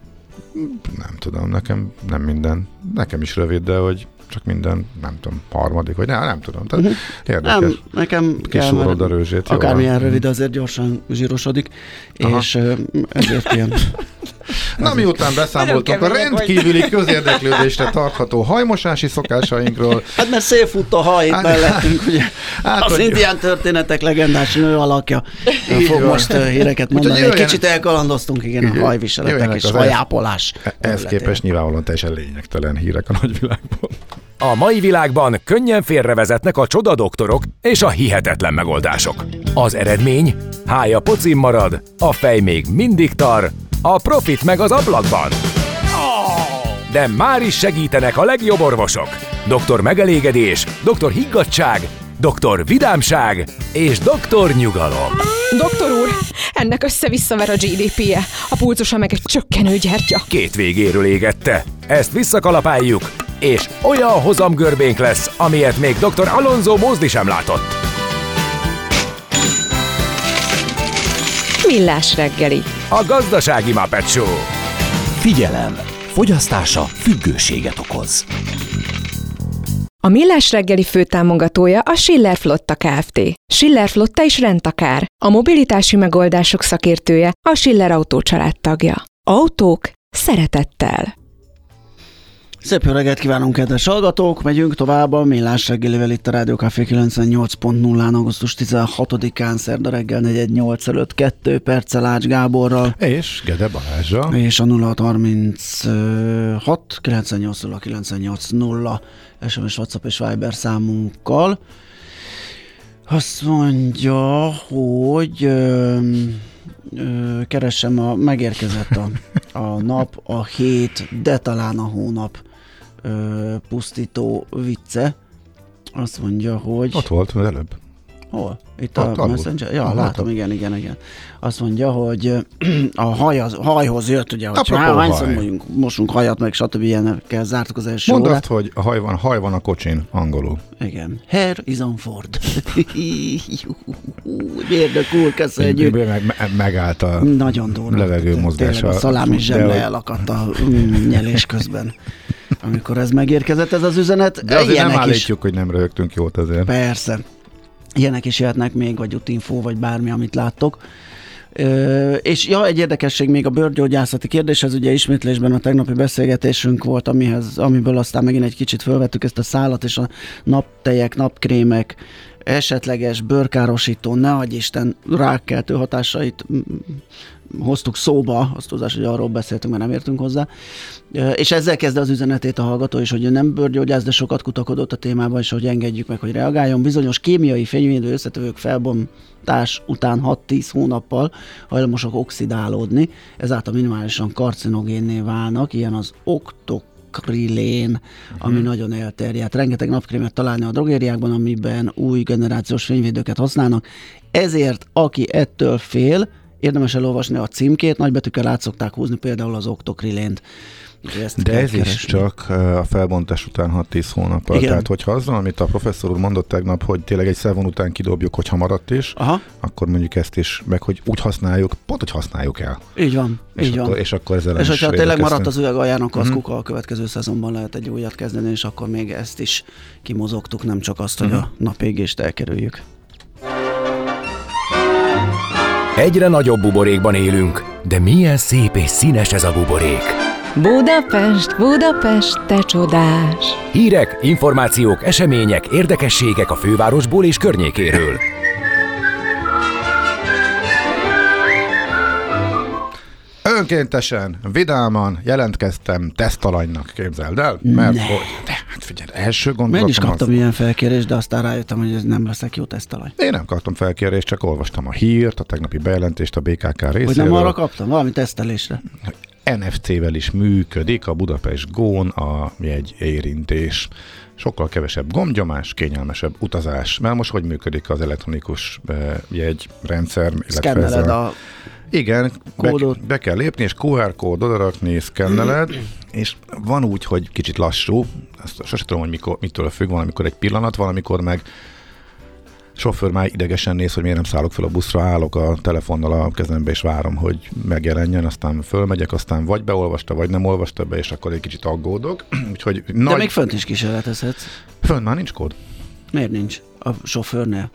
Nem tudom, nekem nem minden. Nekem is rövid, de hogy csak minden, nem tudom, harmadik, vagy nem, nem tudom. Tehát uh-huh. érdekes. Nem, nekem kisúrod a rőzsét. Akármilyen rövid, azért gyorsan zsírosodik, aha. és ezért ilyen... Na, miután beszámoltunk a rendkívüli közérdeklődésre tartható hajmosási szokásainkról. Hát mert szélfut a haj itt mellettünk, ugye hát, az hogy... indián történetek legendás nő alakja fog most uh, híreket mondani. Egy kicsit elkalandoztunk, igen, a hajviseletek és hajápolás. Ehhez képest nyilvánvalóan teljesen lényegtelen hírek a nagyvilágban. A mai világban könnyen félrevezetnek a csodadoktorok és a hihetetlen megoldások. Az eredmény? Hája pocim marad, a fej még mindig tar, a profit meg az ablakban. De már is segítenek a legjobb orvosok. doktor Megelégedés, doktor Higgadtság, doktor Vidámság és doktor Nyugalom. Doktor úr, ennek össze-visszaver a gé dé pé-je, a pulcosa meg egy csökkenő gyertya. Két végéről égette. Ezt visszakalapáljuk, és olyan hozamgörbénk lesz, amilyet még doktor Alonso Mózdi sem látott. Millás reggeli. A gazdasági Muppet Show. Figyelem! Fogyasztása függőséget okoz. A Millás reggeli főtámogatója a Schiller Flotta Kft. Schiller Flotta is rendtakár. A mobilitási megoldások szakértője, a Schiller Autó családtagja. Autók szeretettel. Szép jó reggelt kívánunk, kedves hallgatók! Megyünk tovább a Millás reggelivel itt a Rádió Café kilencvennyolc pont nullán augusztus tizenhatodikán szerda reggel negyvennyolc előtt kettő perccel Ács Gáborral. És Gede Balázsa. És a nulla hat harminchat kilencvennyolc nulla kilencvennyolc nulla es em es, WhatsApp és Viber számunkkal. Azt mondja, hogy ö, ö, keressem a, megérkezett a, a nap, a hét, de talán a hónap ö, pusztító vicce. Azt mondja, hogy... Ott volt az előbb. Hol? Itt a, a Messenger? Ja, ah, látom, igen, igen, igen. Azt mondja, hogy a haj az, hajhoz jött, ugye, hogy hányszor haj. mosunk hajat, meg stb. Ilyenekkel zártuk az első Mondd órát. azt, hogy a haj van, haj van a kocsin, angolul. Igen. Hair is on Ford. Érdek úr, köszönjük. Meg, meg, megállt a nagyon durva levegő mozgása. A szalámi zsemle elakadt a mm, nyelés közben. Amikor ez megérkezett, ez az üzenet. De azért nem állítjuk, is, hogy nem röhögtünk jót azért. Persze. Ilyenek is jöhetnek még, vagy útinfó, vagy bármi, amit láttok. Ö, és ja, egy érdekesség még a bőrgyógyászati kérdés, ez ugye ismétlésben a tegnapi beszélgetésünk volt, amihez, amiből aztán megint egy kicsit felvettük ezt a szálat, és a naptejek, napkrémek, esetleges bőrkárosító, ne adj Isten, rákkeltő hatásait hoztuk szóba, azt tudás, hogy arról beszéltünk, mert nem értünk hozzá. És ezzel kezdte az üzenetét a hallgató is, hogy nem bőrgyógyász, de sokat kutakodott a témában, és hogy engedjük meg, hogy reagáljon. Bizonyos kémiai fényvédő összetevők felbontás után hat-tíz hónappal hajlamosak oxidálódni, ezáltal minimálisan karcinogénné válnak, ilyen az oktok krilén, ami uh-huh. nagyon elterjedt. Rengeteg napkrémet találni a drogériákban, amiben új generációs fényvédőket használnak. Ezért, aki ettől fél, érdemes elolvasni a címkét, nagybetűkkel át szokták húzni például az oktokrilént. De ez keresni. Is csak a felbontás után hat-tíz hónappal. Igen. Tehát, hogyha azzal, amit a professzor úr mondott tegnap, hogy tényleg egy szezon után kidobjuk, hogyha maradt is, aha. akkor mondjuk ezt is, meg hogy úgy használjuk, pont, hogy használjuk el. Így van. És, így akkor, van. és akkor ezzel És hogyha tényleg maradt az üveg alján, akkor uh-huh. az kuka, a következő szezonban lehet egy újat kezdeni, és akkor még ezt is kimozogtuk, nem csak azt, hogy uh-huh. a napégést elkerüljük. Egyre nagyobb buborékban élünk, de milyen szép és színes ez a buborék. Budapest, Budapest, te csodás! Hírek, információk, események, érdekességek a fővárosból és környékéről. Önkéntesen, vidáman jelentkeztem tesztalanynak, képzeld el? Mert ne. hogy, de hát figyelj, első gondolatom Meg is kaptam az... ilyen felkérést, de aztán rájöttem, hogy ez nem leszek jó tesztalany. Én nem kaptam felkérést, csak olvastam a hírt, a tegnapi bejelentést a bé ká ká részéről. Hogy nem arra kaptam? Valami tesztelésre. en ef cé-vel is működik a Budapest Gón a jegy érintés. Sokkal kevesebb gombnyomás, kényelmesebb utazás. Mert most hogy működik az elektronikus jegyrendszer? Szkenneled a Igen, be, be kell lépni, és kú er kódot odarakni, szkenneled, és van úgy, hogy kicsit lassú, azt sosem tudom, hogy mikor, mitől függ, valamikor egy pillanat, valamikor meg sofőr már idegesen néz, hogy miért nem szállok fel a buszra, állok a telefonnal a kezembe, és várom, hogy megjelenjen, aztán fölmegyek, aztán vagy beolvasta, vagy nem olvasta be, és akkor egy kicsit aggódok. Úgyhogy De nagy... még fönt is kísérletezhetsz. Fönt már nincs kód? Miért nincs a sofőrnél?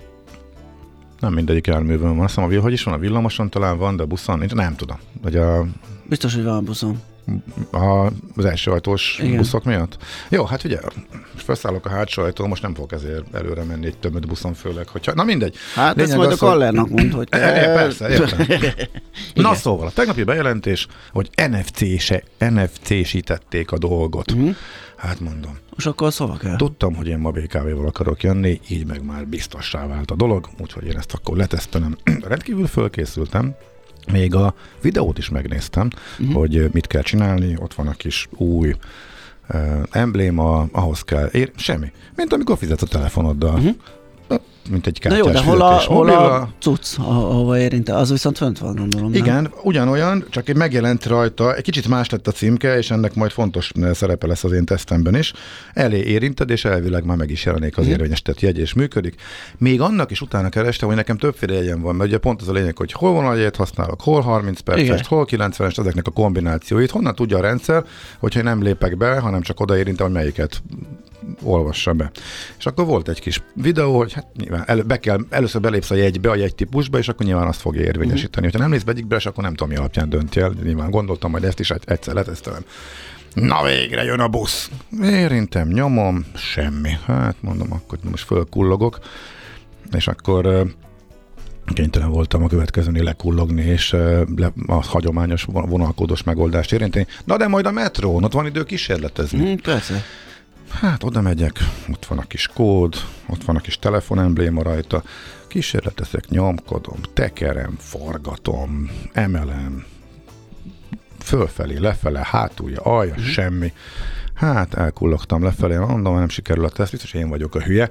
Nem mindegyik járművön van. Azt mondom, hogy is van, a villamoson talán van, de a buszon nincs. Nem tudom. Vagy a... Biztos, hogy van a buszon. A, az első ajtós Igen. buszok miatt? Jó, hát ugye, felszállok a hátsó ajtón, most nem fogok ezért előre menni egy többet buszon, főleg, hogyha... Na mindegy. Hát ezt majd a Kallernak mond, hogy... Te... Persze, értem. Na szóval, a tegnapi bejelentés, hogy en ef cé-se, en ef cé-sítették a dolgot. Uh-huh. Hát mondom. És akkor szóval kell. Tudtam, hogy én ma bé ká véval akarok jönni, így meg már biztossá vált a dolog, úgyhogy én ezt akkor letesztelem. Rendkívül fölkészültem. Még a videót is megnéztem, uh-huh. hogy mit kell csinálni, ott van a kis új uh, embléma, ahhoz kell ér, semmi. Mint amikor fizetsz a telefonoddal. Uh-huh. Mint egy kártyás. Na jó, de hol a, hol mobilla. a cucc, ahova érinte? Az viszont fönt van, gondolom. Igen, nem? ugyanolyan, csak egy megjelent rajta, egy kicsit más lett a címke, és ennek majd fontos szerepe lesz az én tesztemben is. Elé érinted, és elvileg már meg is jelenik az érvényesített jegy, és működik. Még annak is utána kerestem, hogy nekem többféle jegyen van, mert ugye pont az a lényeg, hogy hol van a jegyet használok, hol harminc percest, hol kilencvenes, ezeknek a kombinációit. Honnan tudja a rendszer, hogyha nem lépek be, hanem csak odaérintem, hogy melyiket olvassa be. És akkor volt egy kis videó, hogy hát nyilván elő, be kell, először belépsz a jegybe, a jegytípusba, és akkor nyilván azt fogja érvényesíteni. Uh-huh. Ha nem néz be egyikbe, és akkor nem tudom, mi alapján dönti el. Nyilván gondoltam, majd ezt is egyszer letesztelem. Na végre jön a busz. Érintem, nyomom, semmi. Hát mondom, akkor most fölkullogok, és akkor kénytelen voltam a következőnél lekullogni, és le, a hagyományos vonalkódos megoldást érinteni. Na de majd a metrón, ott van idő kísérletezni. Mm, persze. Hát oda megyek, ott van a kis kód, ott van a kis telefonembléma rajta, kísérletezek, nyomkodom, tekerem, forgatom, emelem, fölfelé, lefele, hátulja, alja, mm. semmi. Hát elkullogtam lefelé, mondom, nem sikerül a teszt, biztos én vagyok a hülye.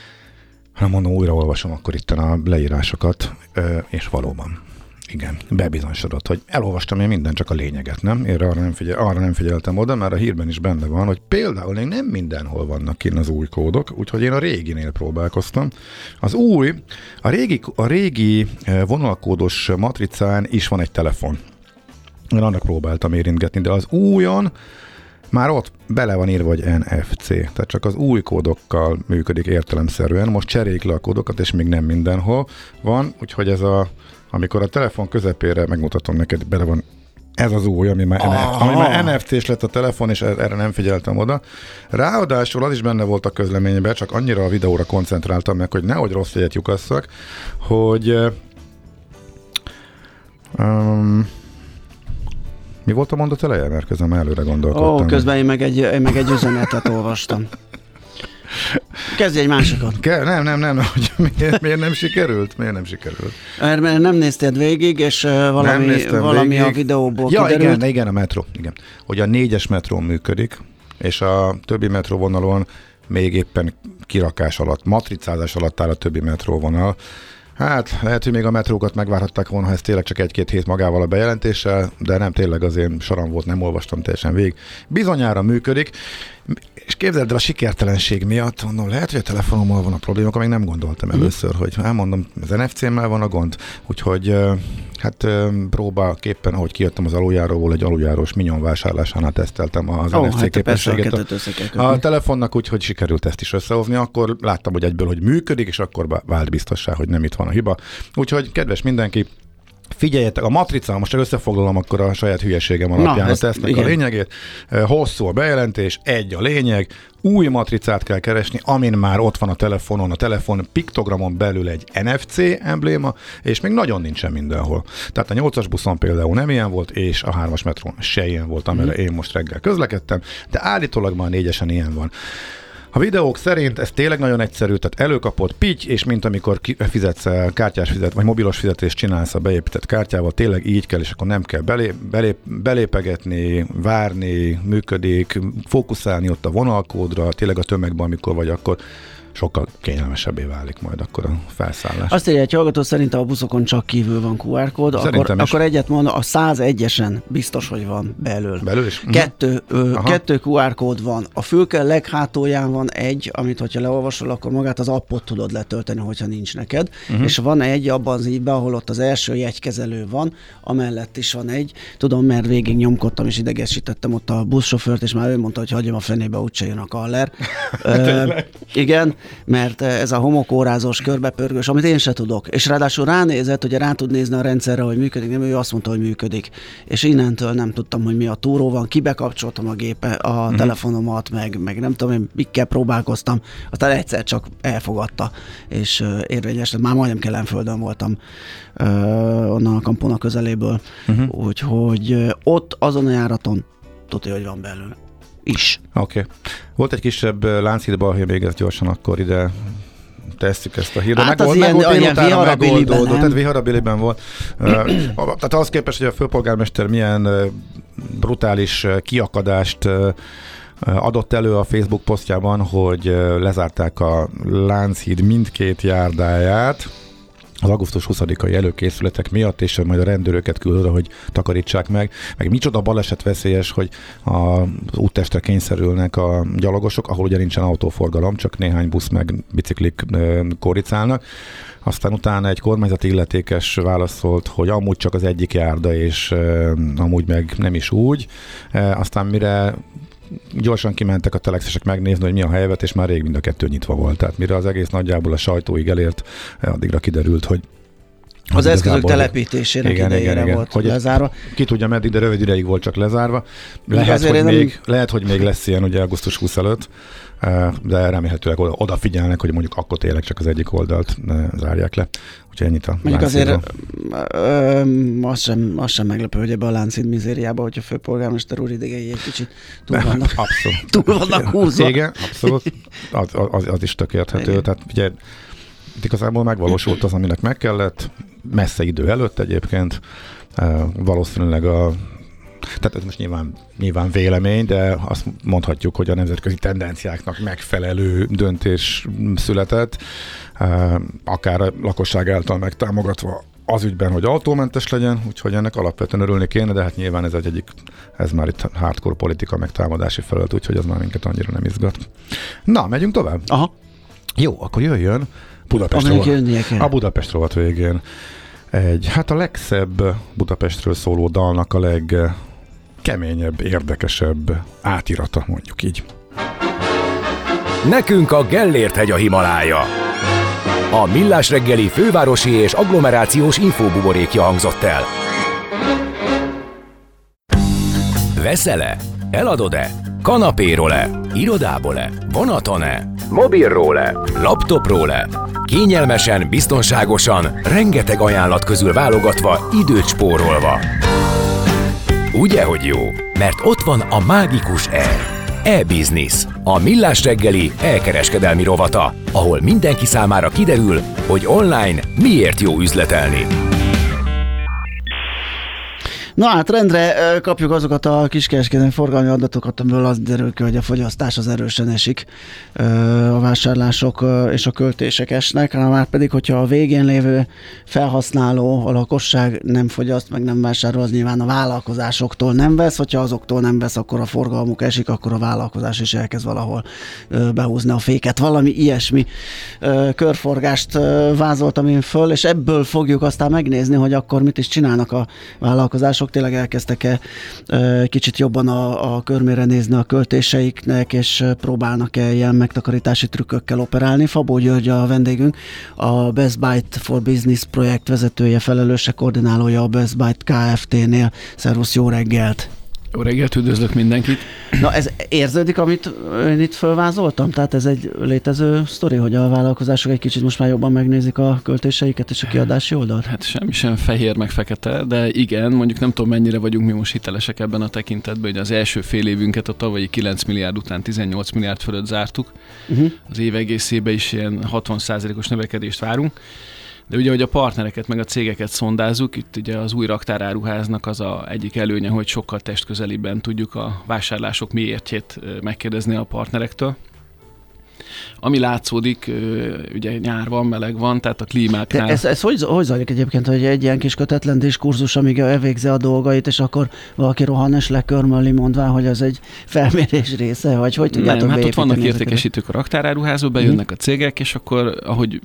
hanem mondom, újraolvasom akkor itten a leírásokat, és valóban. Igen, bebizonyosodott, hogy elolvastam én mindent, csak a lényeget, nem? Én arra nem, figyel, arra nem figyeltem oda, mert a hírben is benne van, hogy például még nem mindenhol vannak kinn az új kódok, úgyhogy én a réginél próbálkoztam. Az új, a régi, a régi vonalkódos matricán is van egy telefon. Én annak próbáltam érintgetni, de az újon már ott bele van írva, hogy en ef cé, tehát csak az új kódokkal működik értelemszerűen. Most cseréljük le a kódokat, és még nem mindenhol van, úgyhogy ez a amikor a telefon közepére, megmutatom neked, bele van ez az új, ami már, ah. ami már en ef cés lett a telefon, és erre nem figyeltem oda. Ráadásul az is benne volt a közleményben, csak annyira a videóra koncentráltam meg, hogy nehogy rossz jegyet lyukasszak, hogy um, mi volt a mondat eleje? Mert közben előre gondolkodtam. Ó, közben én meg egy, én meg egy üzenetet olvastam. Kezdj egy másikat. Ke- nem, nem, nem, hogy miért, miért nem sikerült? Miért nem sikerült? Mert nem nézted végig, és valami, valami végig. A videóból ja, kiderült. igen, igen, a metró. Igen. Hogy a négyes metró működik, és a többi metróvonalon még éppen kirakás alatt, matricázás alatt áll a többi metróvonal. Hát lehet, hogy még a metrókat megvárhatták volna, ha ez tényleg csak egy-két hét magával a bejelentéssel, de nem, tényleg az én soram volt, nem olvastam teljesen végig. Bizonyára működik, és képzeld el a sikertelenség miatt, mondom, lehet, hogy a telefonommal van a probléma, akkor még nem gondoltam először, hogy elmondom, az en ef cé-mmel van a gond, úgyhogy hát próbálképpen, ahogy kijöttem az aluljáróból, egy aluljárós Mignon vásárlásánál teszteltem az oh, en ef cé hát képességet a, a telefonnak, úgyhogy sikerült ezt is összehozni, akkor láttam, hogy egyből, hogy működik, és akkor vált biztossá, hogy nem itt van a hiba. Úgyhogy kedves mindenki, figyeljetek, a matricán, most csak összefoglalom akkor a saját hülyeségem alapján Na, a tesztnek a lényegét. Hosszú a bejelentés, egy a lényeg, új matricát kell keresni, amin már ott van a telefonon, a telefon piktogramon belül egy en ef cé embléma, és még nagyon nincsen mindenhol. Tehát a nyolcas buszon például nem ilyen volt, és a hármas metrón se ilyen volt, amire mm. én most reggel közlekedtem, de állítólag már négyesen ilyen van. A videók szerint ez tényleg nagyon egyszerű, tehát előkapod pitty, és mint amikor fizetsz, kártyás fizet, vagy mobilos fizetést csinálsz a beépített kártyával, tényleg így kell, és akkor nem kell belé, belé, belépegetni, várni, működik, fókuszálni ott a vonalkódra, tényleg a tömegben, amikor vagy, akkor sokkal kényelmesebbé válik majd akkor a felszállás. Azt írja egy hallgató, szerintem a buszokon csak kívül van kú er kód, akkor, akkor egyet mondom, a százegyesen biztos, hogy van belül. Belül is? Kettő, ö, kettő kú er kód van. A fülke leghátulján van egy, amit hogyha leolvasol, akkor magát az appot tudod letölteni, hogyha nincs neked. Uh-huh. És van egy abban az ígyben, ahol ott az első jegykezelő van, amellett is van egy. Tudom, mert végig nyomkodtam és idegesítettem ott a buszsofőrt, és már ő mondta, hogy hagyjam a fenébe, úgyse jön a kaller. Ö, igen, mert ez a homokórázós, körbepörgős, amit én se tudok. És ráadásul ránézett, hogy rá tud nézni a rendszerre, hogy működik, nem, ő azt mondta, hogy működik. És innentől nem tudtam, hogy mi a túró van, kibekapcsoltam a gépe, a mm-hmm. telefonomat, meg, meg nem tudom, én mikkel próbálkoztam, aztán egyszer csak elfogadta, és uh, érvényes, már majdnem Kelenföldön voltam uh, onnan a kampónak közeléből, mm-hmm. úgyhogy uh, ott azon a járaton tudja, hogy van belül. Is. Oké. Okay. Volt egy kisebb Lánchídban, ha még ezt gyorsan akkor ide tesszük ezt a hírra. Hát meg az volt, ilyen, meg volt ilyen viharabiliben, tehát viharabiliben volt. uh, tehát ahhoz képest, hogy a főpolgármester milyen uh, brutális uh, kiakadást uh, adott elő a Facebook posztjában, hogy uh, lezárták a Lánchíd mindkét járdáját az augusztus huszadikai előkészületek miatt, és majd a rendőröket küld oda, hogy takarítsák meg. Meg micsoda baleset veszélyes, hogy az úttestre kényszerülnek a gyalogosok, ahol ugye nincsen autóforgalom, csak néhány busz meg biciklik koricálnak. Aztán utána egy kormányzati illetékes válaszolt, hogy amúgy csak az egyik járda, és amúgy meg nem is úgy. Aztán mire gyorsan kimentek a telexesek megnézni, hogy mi a helyzet, és már rég mind a kettő nyitva volt. Tehát mire az egész nagyjából a sajtóig elért, addigra kiderült, hogy az, az eszközök telepítésének igen, idejére igen, igen. volt hogy lezárva. Ki tudja, meddig, de rövid ideig volt csak lezárva. Lehet, hogy még, nem... lehet, hogy még lesz ilyen ugye augusztus huszadika előtt, de remélhetőleg odafigyelnek, hogy mondjuk akkor tényleg csak az egyik oldalt zárják le. Úgyhogy ennyit a mondjuk azért ö, az, sem, az sem meglepő, hogy ebbe a Lánchíd mizériába, hogy a főpolgármester úr idegei egy kicsit túl vannak, abszolút. túl vannak húzva. Igen, abszolút. Az, az, az is tök érthető. Igen. Tehát ugye igazából megvalósult az, aminek meg kellett, messze idő előtt egyébként. Valószínűleg a tehát ez most nyilván, nyilván vélemény, de azt mondhatjuk, hogy a nemzetközi tendenciáknak megfelelő döntés született, akár a lakosság által megtámogatva az ügyben, hogy autómentes legyen, úgyhogy ennek alapvetően örülni kéne, de hát nyilván ez egy egyik, ez már itt hardcore politika megtámadási felület, úgyhogy az már minket annyira nem izgat. Na, megyünk tovább? Aha. Jó, akkor jöjjön Budapest rovat. A Budapest rovat végén. Egy, hát a legszebb Budapestről szóló dalnak a legkeményebb, érdekesebb átirata, mondjuk így. Nekünk a Gellért-hegy a Himalája. A Millás reggeli fővárosi és agglomerációs infóbuborékja hangzott el. Veszel-e? Eladod-e? Kanapéról-e? Irodából-e? Vonaton-e? Mobilról-e? Laptopról-e? Kényelmesen, biztonságosan, rengeteg ajánlat közül válogatva, időt spórolva. Ugye, hogy jó? Mert ott van a mágikus E. E-Business, a Millás reggeli e-kereskedelmi rovata, ahol mindenki számára kiderül, hogy online miért jó üzletelni. Na hát rendre kapjuk azokat a kiskereskedelmi forgalmi adatokat, amiből az derül ki, hogy a fogyasztás az erősen esik, a vásárlások és a költések esnek, már pedig, hogyha a végén lévő felhasználó, a lakosság nem fogyaszt, meg nem vásárol, az nyilván a vállalkozásoktól nem vesz, hogyha azoktól nem vesz, akkor a forgalmuk esik, akkor a vállalkozás is elkezd valahol behúzni a féket. Valami ilyesmi körforgást vázoltam én föl, és ebből fogjuk aztán megnézni, hogy akkor mit is csinálnak a vállalkozások. Tényleg elkezdtek-e kicsit jobban a, a körmére nézni a költéseiknek, és próbálnak-e ilyen megtakarítási trükkökkel operálni. Fabó György a vendégünk, a Best Buy for Business projekt vezetője, felelőse, koordinálója a Best Buy Kft-nél. Szervusz, jó reggelt! Jó reggelt, üdvözlök mindenkit! Na ez érződik, amit én itt fölvázoltam? Tehát ez egy létező sztori, hogy a vállalkozások egy kicsit most már jobban megnézik a költéseiket és a kiadási oldalt? Hát semmi sem fehér meg fekete, de igen, mondjuk nem tudom mennyire vagyunk mi most hitelesek ebben a tekintetben, hogy az első fél évünket a tavalyi kilenc milliárd után tizennyolc milliárd fölött zártuk. Uh-huh. Az év egészében is ilyen hatvan százalékos növekedést várunk. De ugye, hogy a partnereket meg a cégeket szondázzuk, itt ugye az új raktáráruháznak az a egyik előnye, hogy sokkal testközeliben tudjuk a vásárlások miértjét megkérdezni a partnerektől. Ami látszódik, ugye nyár van, meleg van, tehát a klímáknál... De ez, ez hogy, hogy zajlik egyébként, hogy egy ilyen kis kötetlen diskurzus, amíg elvégzi a dolgait, és akkor valaki rohan és lekörmöli, mondván, hogy az egy felmérés része, vagy hogy tudjátok Nem, hát ott vannak ezeket? értékesítők a raktáráruházba, bejönnek a cégek, és akkor ahogy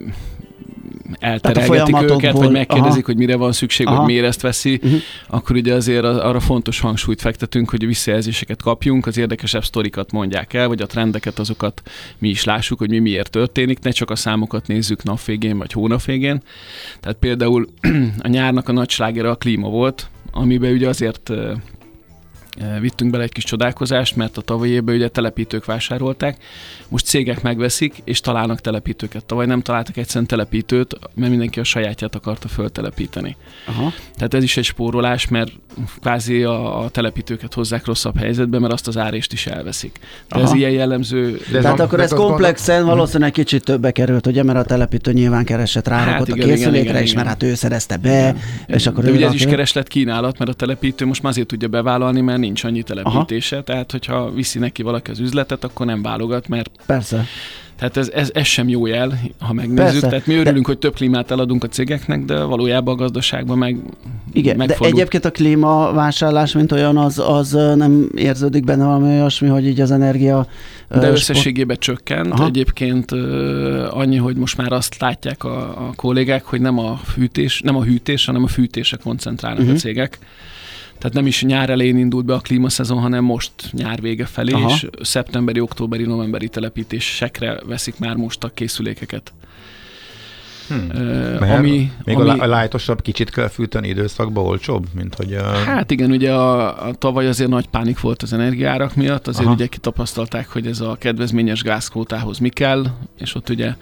elterelgetik őket, vagy megkérdezik, aha. hogy mire van szükség, aha. hogy miért ezt veszi, uh-huh. akkor ugye azért arra fontos hangsúlyt fektetünk, hogy a visszajelzéseket kapjunk, az érdekesebb sztorikat mondják el, vagy a trendeket, azokat mi is lássuk, hogy mi miért történik, ne csak a számokat nézzük napvégén vagy hónapvégén. Tehát például a nyárnak a nagy slágere a klíma volt, amiben ugye azért vittünk bele egy kis csodálkozást, mert a tavalyi évben ugye telepítők vásárolták, most cégek megveszik, és találnak telepítőket. Tavaly nem találtak egyszerűen telepítőt, mert mindenki a sajátját akarta föltelepíteni. Aha. Tehát ez is egy spórolás, mert kvázi a, a telepítőket hozzák rosszabb helyzetbe, mert azt az árést is elveszik. De ez ilyen jellemző. De tehát van, akkor ez komplexen valószínűleg kicsit többe került, ugye, mert a telepítő nyilván keresett rárakott hát igen, a készülékre igen, igen, is, igen. mert hát ő szerezte be. Igen. És akkor de ugye ez is kereslet kínálat, mert a telepítő most már azért tudja bevállalni, mert nincs annyi telepítése, aha. tehát hogyha viszi neki valaki az üzletet, akkor nem válogat, mert... Persze. Tehát ez, ez, ez sem jó jel, ha megnézzük. Persze, tehát mi örülünk, de... hogy több klímát eladunk a cégeknek, de valójában a gazdaságban meg igen, megfordult. De egyébként a klímavásárlás, mint olyan, az, az nem érződik benne valami olyasmi, hogy így az energia... De összességében csökkent. Aha. Egyébként annyi, hogy most már azt látják a, a kollégák, hogy nem a fűtés, nem a hűtés, hanem a fűtésre koncentrálnak uh-huh. a cégek. Tehát nem is nyár elején indult be a klímaszezon, hanem most nyár vége felé, aha. és szeptemberi, októberi, novemberi telepítésekre veszik már most a készülékeket. Hmm. Uh, ami, még ami, a lájtosabb kicsit kell fűteni időszakban olcsóbb, mint hogy... A... Hát igen, ugye a, a tavaly azért nagy pánik volt az energiaárak miatt, azért aha. ugye kitapasztalták, hogy ez a kedvezményes gázkvótához mi kell, és ott ugye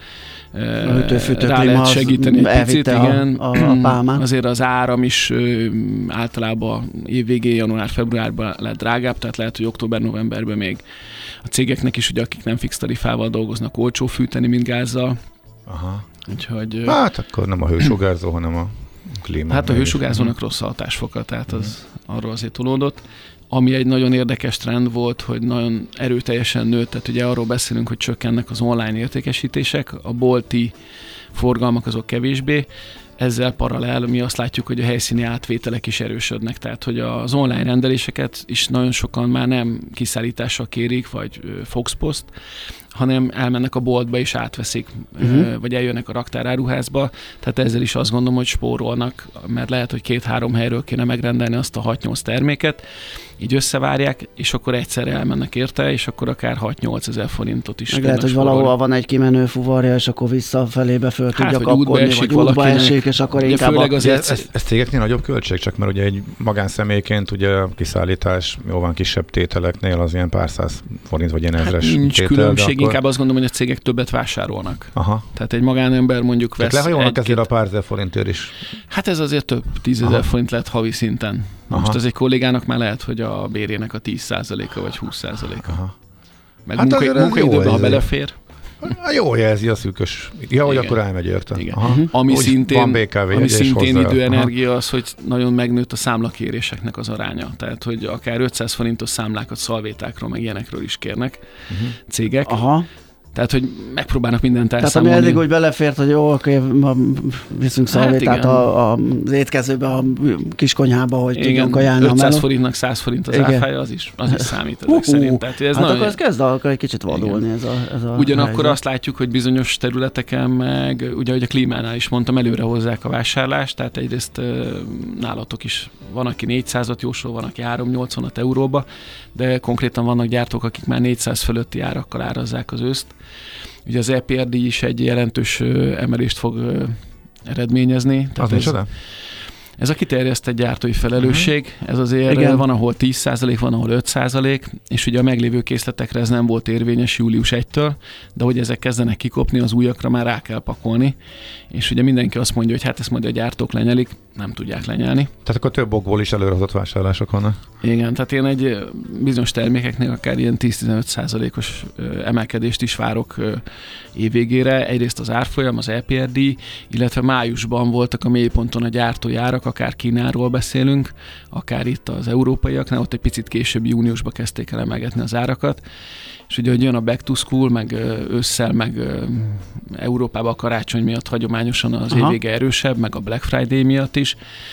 a rá lehet segíteni egy picit, a, igen. A, a pálmát. Azért az áram is ö, általában évvégén, január-februárban lett drágább, tehát lehet, hogy október-novemberben még a cégeknek is, ugye, akik nem fix tarifával dolgoznak, olcsó fűteni, mint gázzal. Aha. Úgyhogy, hát akkor nem a hősugárzó, hanem a klíma. Hát a hősugárzónak rossz hatásfoka, tehát az arról azért tolódott. Ami egy nagyon érdekes trend volt, hogy nagyon erőteljesen nőtt, tehát ugye arról beszélünk, hogy csökkennek az online értékesítések, a bolti forgalmak azok kevésbé, ezzel paralel mi azt látjuk, hogy a helyszíni átvételek is erősödnek, tehát hogy az online rendeléseket is nagyon sokan már nem kiszállítással kérik, vagy Foxpost, hanem elmennek a boltba és átveszik, uh-huh. vagy eljönnek a raktáráruházba, tehát ezzel is azt gondolom, hogy spórolnak, mert lehet, hogy két-három helyről kéne megrendelni azt a hat-nyolc terméket, így összevárják, és akkor egyszerre elmennek érte, és akkor akár hat-nyolc ezer forintot is. Meg lehet, hogy spórolni. Valahol van egy kimenő fuvarja, és akkor visszafelébe föl hát, tudja kapkodni, vagy útba esik, és akkor ugye inkább... A... Ez, ez, ez cégeknél nagyobb költség, csak mert ugye egy magánszemélyként ugye a kiszállítás jó van kisebb tételeknél, az ilyen pár száz forint, vagy ilyen ezres hát nincs tétel. Különbség, akkor... inkább azt gondolom, hogy a cégek többet vásárolnak. Aha. Tehát egy magánember mondjuk vesz... Tehát lehajolnak ezért a pár ezer forintért is. Hát ez azért több tízezer forint lett havi szinten. Aha. Most az egy kollégának már lehet, hogy a bérének a tíz százaléka vagy húsz százaléka. Aha. Meg hát munkai, munkaidőben, ha belefér. Jó jelzi a szűkös. Ja, hogy akkor elmegy érte. Ami úgy szintén, bé ká vé ami szintén időenergia az, hogy nagyon megnőtt a számlakéréseknek az aránya. Tehát, hogy akár ötszáz forintos számlákat szalvétákról, meg ilyenekről is kérnek uh-huh. cégek. Aha. Tehát, hogy megpróbálnak mindent elszámolni. Tehát ami eddig úgy belefért, hogy jó, oké, viszünk szalvétát hát a, a, az étkezőbe, a kiskonyhába, hogy igen, tudjunk ajánlani. ötszáz forintnak száz forint az áfája, az is, az is számít ezek szerint. Tehát, ez hát nagyon... akkor ez kezd akkor egy kicsit vadulni ez a, ez a Ugyanakkor helyzet. Azt látjuk, hogy bizonyos területeken meg, ugye, hogy a klímánál is mondtam, előre hozzák a vásárlást, tehát egyrészt nálatok is van, aki négyszázat jósol, van, aki háromszáznyolcvanat euróba, de konkrétan vannak gyártók, akik már négyszáz fölötti árakkal árazzák az őszt. Ugye az é pé er díj is egy jelentős emelést fog eredményezni. Az ez, ez a kiterjesztett gyártói felelősség, uh-huh. ez azért igen. van, ahol tíz százalék, van, ahol öt százalék, és ugye a meglévő készletekre ez nem volt érvényes július elsejétől, de hogy ezek kezdenek kikopni, az újakra már rá kell pakolni, és ugye mindenki azt mondja, hogy hát ezt majd a gyártók lenyelik, nem tudják lenyelni. Tehát akkor több okból is előrehozott vásárlások vannak. Igen, tehát én egy bizonyos termékeknél akár ilyen tíz-tizenöt százalékos emelkedést is várok évvégére. Egyrészt az árfolyam, az é pé er dé, illetve májusban voltak a mélyponton a gyártói árak, akár Kínáról beszélünk, akár itt az európaiaknál, ott egy picit később júniusban kezdték el emelgetni az árakat. És ugye, hogy jön a back to school, meg ősszel, meg Európában a karácsony miatt hagyományosan az évvége erősebb, meg a Black Friday miatt is.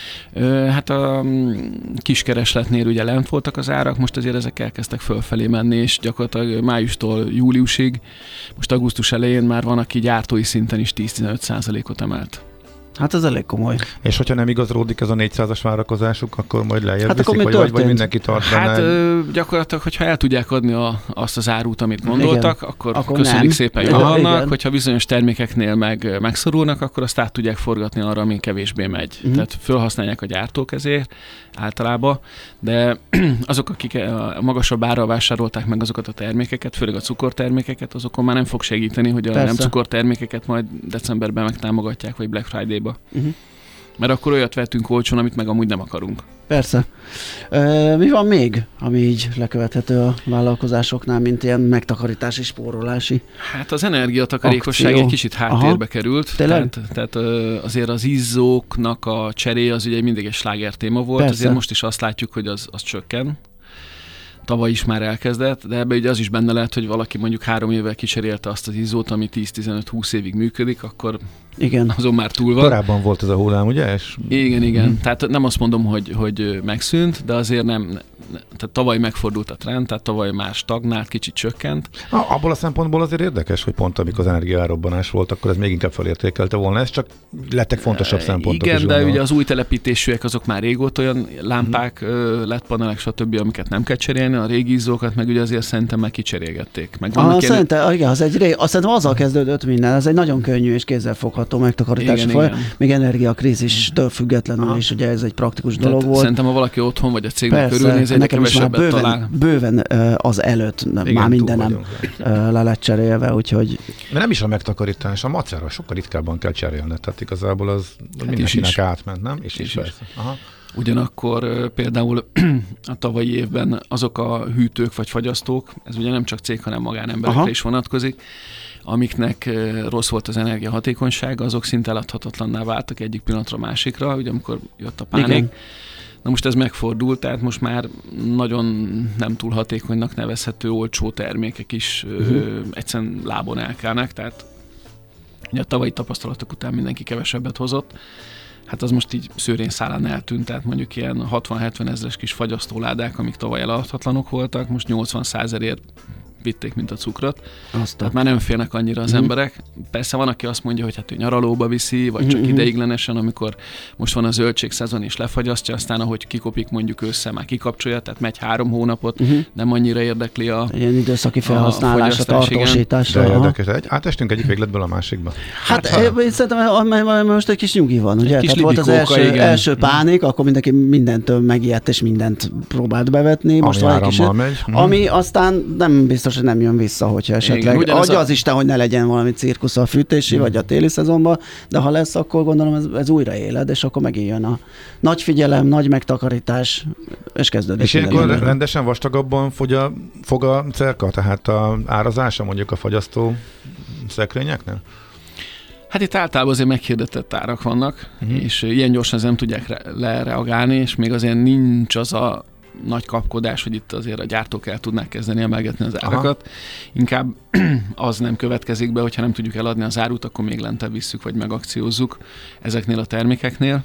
Hát a kiskeresletnél ugye lent voltak az árak, most azért ezek elkezdtek fölfelé menni, és gyakorlatilag májustól júliusig, most augusztus elején már van, aki gyártói szinten is tíz-tizenöt százalékot emelt. Hát ez elég komoly. És hogyha nem igazolódik ez a négyszázas várakozásuk, akkor majd lejjebb hát viszik, akkor vagy, vagy mindenki tart benne? Hát ö, gyakorlatilag, hogyha el tudják adni a, azt az árút, amit gondoltak, igen. akkor, akkor köszönjük nem. szépen, jól vannak. Hogyha bizonyos termékeknél meg megszorulnak, akkor azt át tudják forgatni arra, ami kevésbé megy. Uh-huh. Tehát felhasználják a gyártók ezért általában, de azok, akik a magasabb árral vásárolták meg azokat a termékeket, főleg a cukortermékeket, azokon már nem fog segíteni, hogy a Persze. nem cukortermékeket majd decemberben megtámogatják, vagy Black Friday-ba. Uh-huh. Mert akkor olyat vettünk olcsón, amit meg amúgy nem akarunk. Persze. E, mi van még, ami így lekövethető a vállalkozásoknál, mint ilyen megtakarítási, spórolási? Hát az energiatakarékosság akció. Egy kicsit háttérbe Aha. került. Tehát, tehát azért az izzóknak a cseréje az ugye mindig egy sláger téma volt. Persze. Azért most is azt látjuk, hogy az, az csökken. Tavaly is már elkezdett, de ebben ugye az is benne lehet, hogy valaki mondjuk három évvel kicserélte azt az izzót, ami tíz-tizenöt-húsz évig működik, akkor igen. azon már túl van. Korábban volt ez a hullám, ugye? És... Igen, igen. Hmm. Tehát nem azt mondom, hogy, hogy megszűnt, de azért nem, tehát tavaly megfordult a trend, tehát tavaly már stagnált, kicsit csökkent. Ah, abból a szempontból azért érdekes, hogy pont amikor az energiaárobbanás volt, akkor ez még inkább felértékelte volna, ez csak lettek fontosabb szempontok. Igen, de gondolom. Ugye az új telepítésűek azok már régóta olyan lámpák, hmm. led panelek, stb., amiket nem kell cserélni, a régi izzókat meg ugye azért szerintem meg kicserélgették. Meg ah, szerintem, igen, az egy ré... azt szerintem azzal kezdődött minden, ez egy nagyon könnyű és kézzelfogható megtakarítási folyamat, még energiakrízistől függetlenül ah. is, ugye ez egy praktikus dolog Tehát volt. Szerintem, ha valaki otthon vagy a cégnek körülnéz, egyre kevesebbet bőven, talál. Bőven az előtt igen, már mindenem le lett cserélve, úgyhogy... De nem is a megtakarítás, a macera sokkal ritkábban kell cserélni, tehát igazából az hát mindenkinek is átment, nem? És is, is, is. Aha. Ugyanakkor például a tavalyi évben azok a hűtők vagy fagyasztók, ez ugye nem csak cég, hanem magánemberekre Aha. is vonatkozik, amiknek rossz volt az energiahatékonyság, azok szinte eladhatatlanná váltak egyik pillanatra másikra, ugye amikor jött a pánik. Igen. Na most ez megfordult, tehát most már nagyon nem túl hatékonynak nevezhető olcsó termékek is uh-huh. ö, egyszerűen lábon elkelnek, tehát ugye a tavalyi tapasztalatok után mindenki kevesebbet hozott. Hát az most így szőrén szálán eltűnt, tehát mondjuk ilyen hatvan-hetven ezres kis fagyasztóládák, amik tavaly eladhatatlanok voltak, most nyolcvan-százezerért vitték, mint a cukrot. Azt tehát már nem félnek annyira az mm. emberek. Persze van, aki azt mondja, hogy hát ő nyaralóba viszi, vagy csak mm-hmm. ideiglenesen, amikor most van a zöldségszezon és lefagyasztja, aztán ahogy kikopik mondjuk össze, már kikapcsolja, tehát megy három hónapot, mm-hmm. nem annyira érdekli a ilyen időszaki felhasználás, a tartósításra. Érdekes. Egy, átestünk egyik végletből a másikba. Hát, hát én szerintem most egy kis nyugi van, ugye? Tehát volt az első, első pánik, akkor mindenki mindentől megijedt és mindent próbált bevetni. Most ami van egy kis, megy. Ami aztán nem biztos, hogy nem jön vissza, hogyha esetleg igen, adja a... az Isten, hogy ne legyen valami cirkusz a fűtési hmm. vagy a téli szezonban, de ha lesz, akkor gondolom ez, ez újra éled, és akkor megint jön a nagy figyelem, nagy megtakarítás, és kezdődik. És ilyenkor rendesen vastagabban fogy a, fog a cerka, tehát a árazása mondjuk a fagyasztó szekrényeknél? Hát itt általában azért meghirdetett árak vannak, uh-huh. és ilyen gyorsan nem tudják re- lereagálni, és még azért nincs az a nagy kapkodás, hogy itt azért a gyártók el tudnák kezdeni emelgetni az árakat. Aha. Inkább az nem következik be, hogyha nem tudjuk eladni az árut, akkor még lentebb visszük, vagy megakciózzuk ezeknél a termékeknél.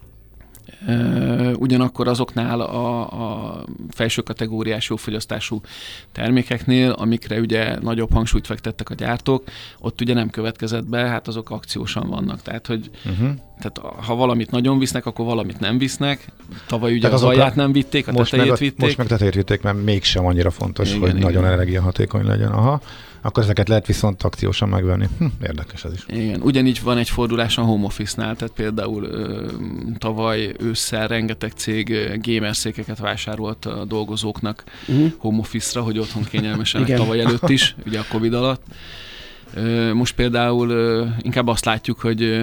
Ugyanakkor azoknál a, a felső kategóriás jófogyasztású termékeknél, amikre ugye nagyobb hangsúlyt fektettek a gyártók, ott ugye nem következett be, hát azok akciósan vannak. Tehát, hogy uh-huh. tehát, ha valamit nagyon visznek, akkor valamit nem visznek. Tavaly ugye az alját nem vitték, a tetejét vitték. Most meg tetejét vitték, mert mégsem annyira fontos, igen, hogy igen. nagyon energiahatékony legyen. Aha. Akkor ezeket lehet viszont akciósan megvenni. Hm, érdekes ez is. Igen, ugyanígy van egy fordulás a home office-nál, tehát például ö, tavaly ősszel rengeteg cég gamerszékeket vásárolt a dolgozóknak uh-huh. home office-ra, hogy otthon kényelmesen, tavaly előtt is, ugye a Covid alatt. Ö, most például ö, inkább azt látjuk, hogy ö,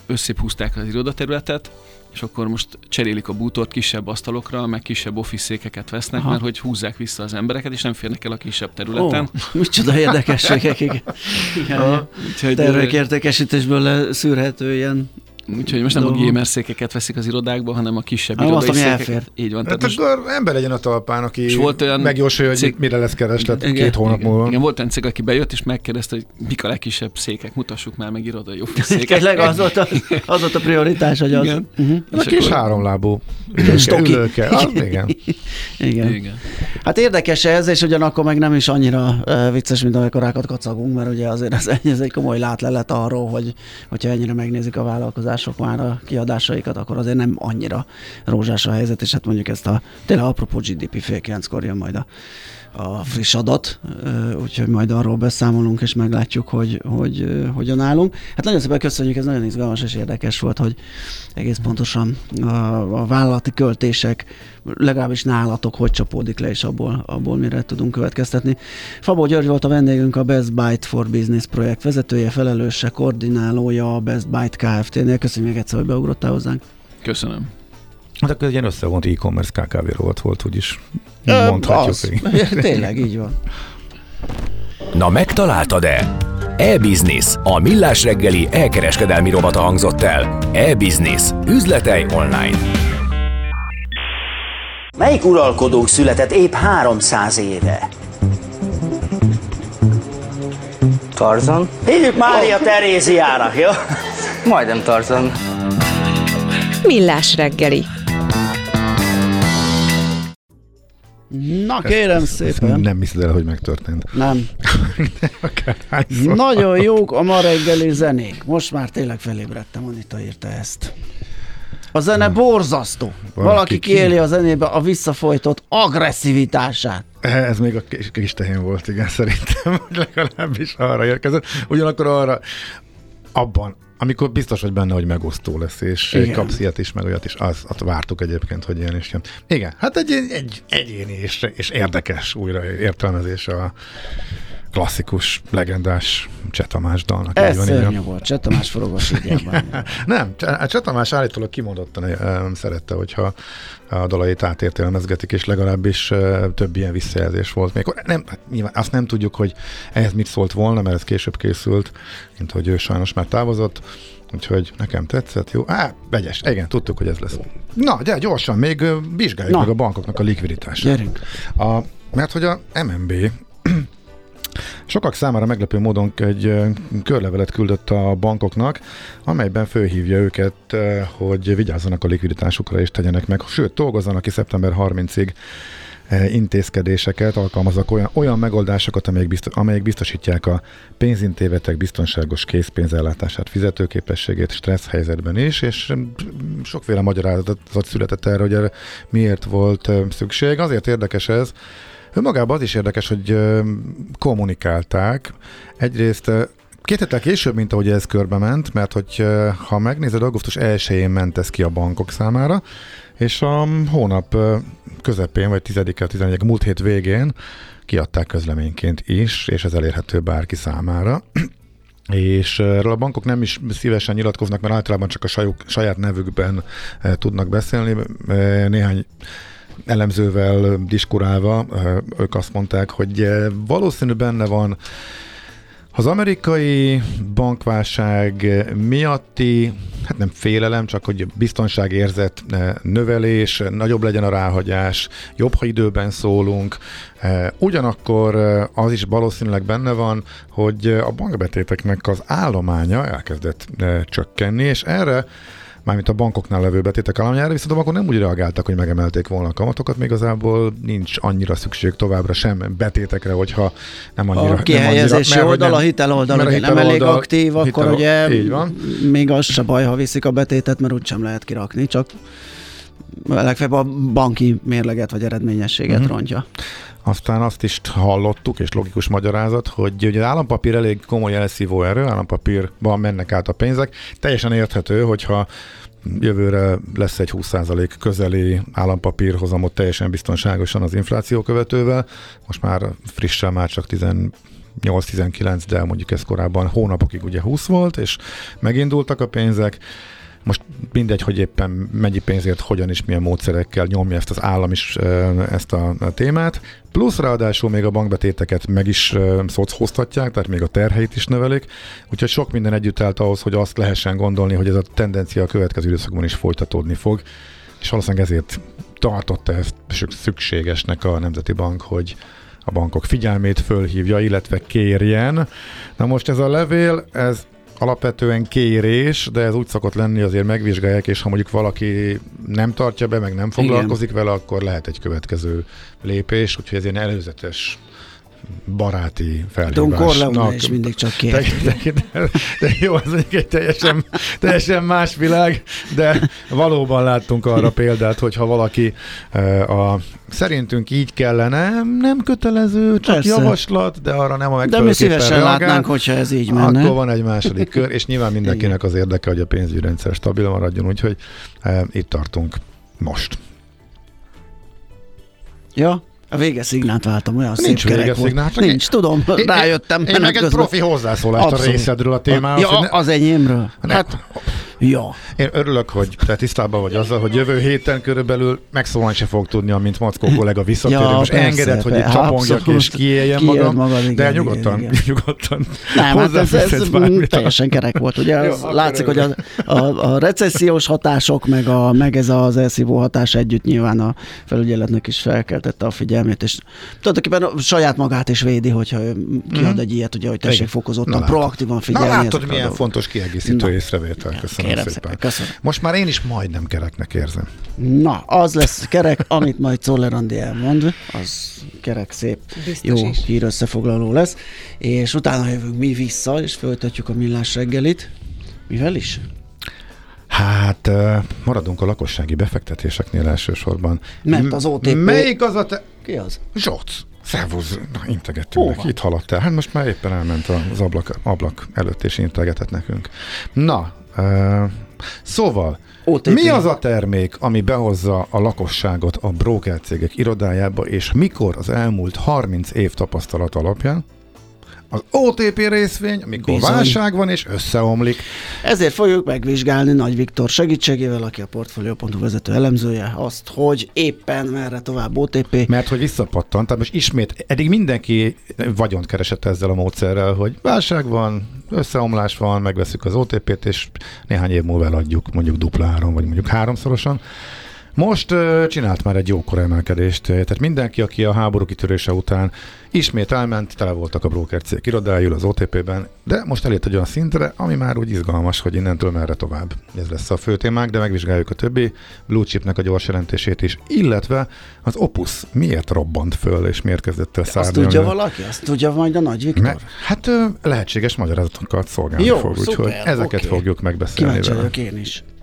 összép húzták az irodaterületet, és akkor most cserélik a bútort kisebb asztalokra, meg kisebb office székeket vesznek, Aha. mert hogy húzzák vissza az embereket, és nem férnek el a kisebb területen. Ó, micsoda érdekességek, igen. igen. Termékértékesítésből leszűrhető ilyen. Úgyhogy most nem a gamer székeket veszik az irodákba, hanem a kisebb ah, irodai székeket. Így van. Hát most... akkor ember legyen a talpán, aki megjósolja, hogy cég... mire lesz kereslet igen, két hónap igen, múlva. Igen, volt egy cég, aki bejött, és megkérdezte, hogy mik a legkisebb székek, mutassuk már meg irodai office székek. Tényleg az volt a, az volt a prioritás, hogy az. Igen. Uh-huh. A kis akkor... háromlábú ülőke. Ah, igen. igen. igen. Hát érdekes ez, és ugyanakkor meg nem is annyira uh, vicces, mint amikor rákat kacagunk, mert ugye azért ez, ez egy komoly látlelet arról, hogy hogyha ennyire megnézik a vállalkozások már a kiadásaikat, akkor azért nem annyira rózsás a helyzet, és hát mondjuk ezt a, tényleg apropó gé dé pé fél kilenckor jön majd a, a friss adat, úgyhogy majd arról beszámolunk, és meglátjuk, hogy, hogy hogyan állunk. Hát nagyon szépen köszönjük, ez nagyon izgalmas és érdekes volt, hogy egész pontosan a, a vállalati költések, legalábbis nálatok, hogy csapódik le, és abból, abból mire tudunk következtetni. Fabó György volt a vendégünk, a Best Byte for Business projekt vezetője, felelőse, koordinálója a Best Byte Kft-nél. Köszönjük még egyszer, hogy beugrottál hozzánk. Köszönöm. Hát akkor egy ilyen összevont e-commerce ká ká vé rovat volt, úgyis mondhatjuk. Tényleg, így van. Na megtaláltad-e? E-Business, a millás reggeli elkereskedelmi rovata hangzott el. E-Business, üzletei online. Melyik uralkodónk született épp háromszáz éve? Tarzan? Hívjuk Mária oh. Teréziának, jó? Majdnem Tarzan. Millás reggeli. Na kérem ezt, szépen. Ezt nem hiszed el, hogy megtörtént. Nem. Nagyon jók a ma reggeli zenék. Most már tényleg felébredtem, Anita írta ezt. A zene borzasztó. Valaki, Valaki kiéli a zenébe a visszafolytott agresszivitását. Ez még a kis, kis tehén volt, igen, szerintem. Legalábbis arra érkezett. Ugyanakkor arra, abban, amikor biztos vagy benne, hogy megosztó lesz, és igen. kapsz ilyet is, meg olyat is, azt, azt vártuk egyébként, hogy ilyen is jön. Igen, hát egy, egy egyéni és, és érdekes újra értelmezés a klasszikus, legendás Cseh Tamás dalnak. Ez szörnyű volt, Cseh Tamás forogos időben. Nem, Cseh Tamás állítólag kimondottan szerette, hogyha a dalait átértelmezgetik, és legalábbis több ilyen visszajelzés volt. Még nem, nyilván azt nem tudjuk, hogy ehhez mit szólt volna, mert ez később készült, mint hogy ő sajnos már távozott. Úgyhogy nekem tetszett, jó. Á, vegyes, igen, tudtuk, hogy ez lesz. Na, de gyorsan, még vizsgáljuk Na. meg a bankoknak a likviditását. Gyerünk. A, mert hogy a em en bé sokak számára meglepő módon egy körlevelet küldött a bankoknak, amelyben fölhívja őket, hogy vigyázzanak a likviditásukra és tegyenek meg. Sőt, dolgozzanak ki szeptember harmincadikáig intézkedéseket, alkalmaznak olyan, olyan megoldásokat, amelyek, biztos, amelyek biztosítják a pénzintézetek biztonságos készpénzellátását, fizetőképességét stressz helyzetben is, és sokféle magyarázat született erre, hogy erre miért volt szükség. Azért érdekes ez, önmagában az is érdekes, hogy kommunikálták. Egyrészt két héttel később, mint ahogy ez körbe ment, mert hogy ha megnézed, augusztus elsején ment ez ki a bankok számára, és a hónap közepén, vagy tizedike, tizenegyedike múlt hét végén kiadták közleményként is, és ez elérhető bárki számára. És erről a bankok nem is szívesen nyilatkoznak, mert általában csak a sajuk, saját nevükben tudnak beszélni. Néhány elemzővel diskurálva, ők azt mondták, hogy valószínű benne van az amerikai bankválság miatti, hát nem félelem, csak hogy biztonságérzet növelés, nagyobb legyen a ráhagyás, jobb, ha időben szólunk. Ugyanakkor az is valószínűleg benne van, hogy a bankbetéteknek az állománya elkezdett csökkenni, és erre mármint a bankoknál levő betétek államjára, viszont a bankok nem úgy reagáltak, hogy megemelték volna a kamatokat, még igazából nincs annyira szükség továbbra sem betétekre, hogyha nem annyira... A kihelyezési oldal, a hitel oldal, hogy nem elég aktív, hitel, akkor ugye még az se baj, ha viszik a betétet, mert úgysem lehet kirakni, csak legfeljebb a banki mérleget vagy eredményességet uh-huh. rontja. Aztán azt is hallottuk, és logikus magyarázat, hogy ugye az állampapír elég komoly elszívó erő, állampapírban mennek át a pénzek. Teljesen érthető, hogyha jövőre lesz egy húsz százalék közeli állampapírhozamot teljesen biztonságosan az infláció követővel. Most már frissen már csak nyolc-tizenkilenc, de mondjuk ez korábban hónapokig ugye húsz volt, és megindultak a pénzek. Most mindegy, hogy éppen mennyi pénzért, hogyan és milyen módszerekkel nyomja ezt az állam is ezt a, a témát. Plusz ráadásul még a bankbetéteket meg is szocihoztatják, tehát még a terheit is növelik. Úgyhogy sok minden együtt állt ahhoz, hogy azt lehessen gondolni, hogy ez a tendencia a következő időszakban is folytatódni fog. És valószínűleg ezért tartotta ezt szükségesnek a Nemzeti Bank, hogy a bankok figyelmét fölhívja, illetve kérjen. Na most ez a levél, ez alapvetően kérés, de ez úgy szokott lenni, azért megvizsgálják, és ha mondjuk valaki nem tartja be, meg nem foglalkozik Igen. vele, akkor lehet egy következő lépés, úgyhogy ez ilyen előzetes baráti felhívásnak. Don Corleone is mindig csak kér. De, de, de, de jó, az egy teljesen, teljesen más világ, de valóban láttunk arra példát, hogyha valaki a szerintünk így kellene, nem kötelező, csak Persze. javaslat, de arra nem a megfelelő. De mi szívesen reagál, látnánk, hogyha ez így menne. Akkor van egy második kör, és nyilván mindenkinek az érdeke, hogy a pénzügyi rendszer stabil maradjon, úgyhogy e, itt tartunk most. Ja. A végeszignát váltam, olyan Nincs szép kerek volt. Nincs, én, tudom, én, rájöttem. Én, én meg egy profi hozzászólást Abszolút. a részedről a témához. Ja, ne, az enyémről? Hát, ja. Én örülök, hogy te tisztában vagy azzal, hogy jövő héten körülbelül megszólalni se fog tudni, amint Mackó kollega visszatér. Ja, Most persze, engedett, hogy itt csapongjak és kiéljen magam, magad, igen, de nyugodtan, igen, igen. nyugodtan Nem, hát ez, ez teljesen kerek volt. Ugye az Jó, látszik, hogy a, a, a recessziós hatások, meg, a, meg ez az elszívó hatás együtt nyilván a felügyeletnek is felkeltette a figyelmét, és tulajdonképpen saját magát is védi, hogyha ő kiad egy ilyet, ugye, hogy tessék fokozottan, proaktívan figyelni. Na látod, milyen fontos kiegészítő észrevétel. Köszönöm Kérem szépen. szépen. Köszönöm. Most már én is majdnem kereknek érzem. Na, az lesz kerek, amit majd Czoller Andi elmond, az kerek szép, Biztos jó is. Hír összefoglaló lesz, és utána jövünk mi vissza, és folytatjuk a millás reggelit. Mivel is? Hát maradunk a lakossági befektetéseknél elsősorban. Mert az o té pé... Melyik az a te... Ki az? Zsoc. Szervusz, integettünk neki. Itt haladt el. Hát most már éppen elment az ablak, ablak előtt, és integetett nekünk. Na, uh, szóval, o té pé. Mi az a termék, ami behozza a lakosságot a brókercégek irodájába, és mikor az elmúlt harminc év tapasztalat alapján? Az o té pé részvény, amikor Bizony. válság van és összeomlik. Ezért fogjuk megvizsgálni Nagy Viktor segítségével, aki a Portfolio pont hu vezető elemzője, azt, hogy éppen merre tovább o té pé. Mert hogy visszapattant, tehát most ismét, eddig mindenki vagyont keresett ezzel a módszerrel, hogy válság van, összeomlás van, megveszük az o té pét, és néhány év múlva eladjuk, mondjuk dupláron, vagy mondjuk háromszorosan. Most uh, csinált már egy jókora emelkedést, tehát mindenki, aki a háború kitörése után ismét elment, tele voltak a brókercég irodájul az o té pében, de most elért egy olyan szintre, ami már úgy izgalmas, hogy innentől merre tovább. Ez lesz a fő témák, de megvizsgáljuk a többi Blue Chipnek a gyors jelentését is, illetve az Opus miért robbant föl, és miért kezdett el szárnyalni. Azt tudja valaki? Azt tudja majd a Nagy Viktor? Me, hát uh, lehetséges magyarázatokat szolgálni Jó, fog, úgyhogy ezeket okay. fogjuk megbeszélni. Kíváncsi vagyok én is.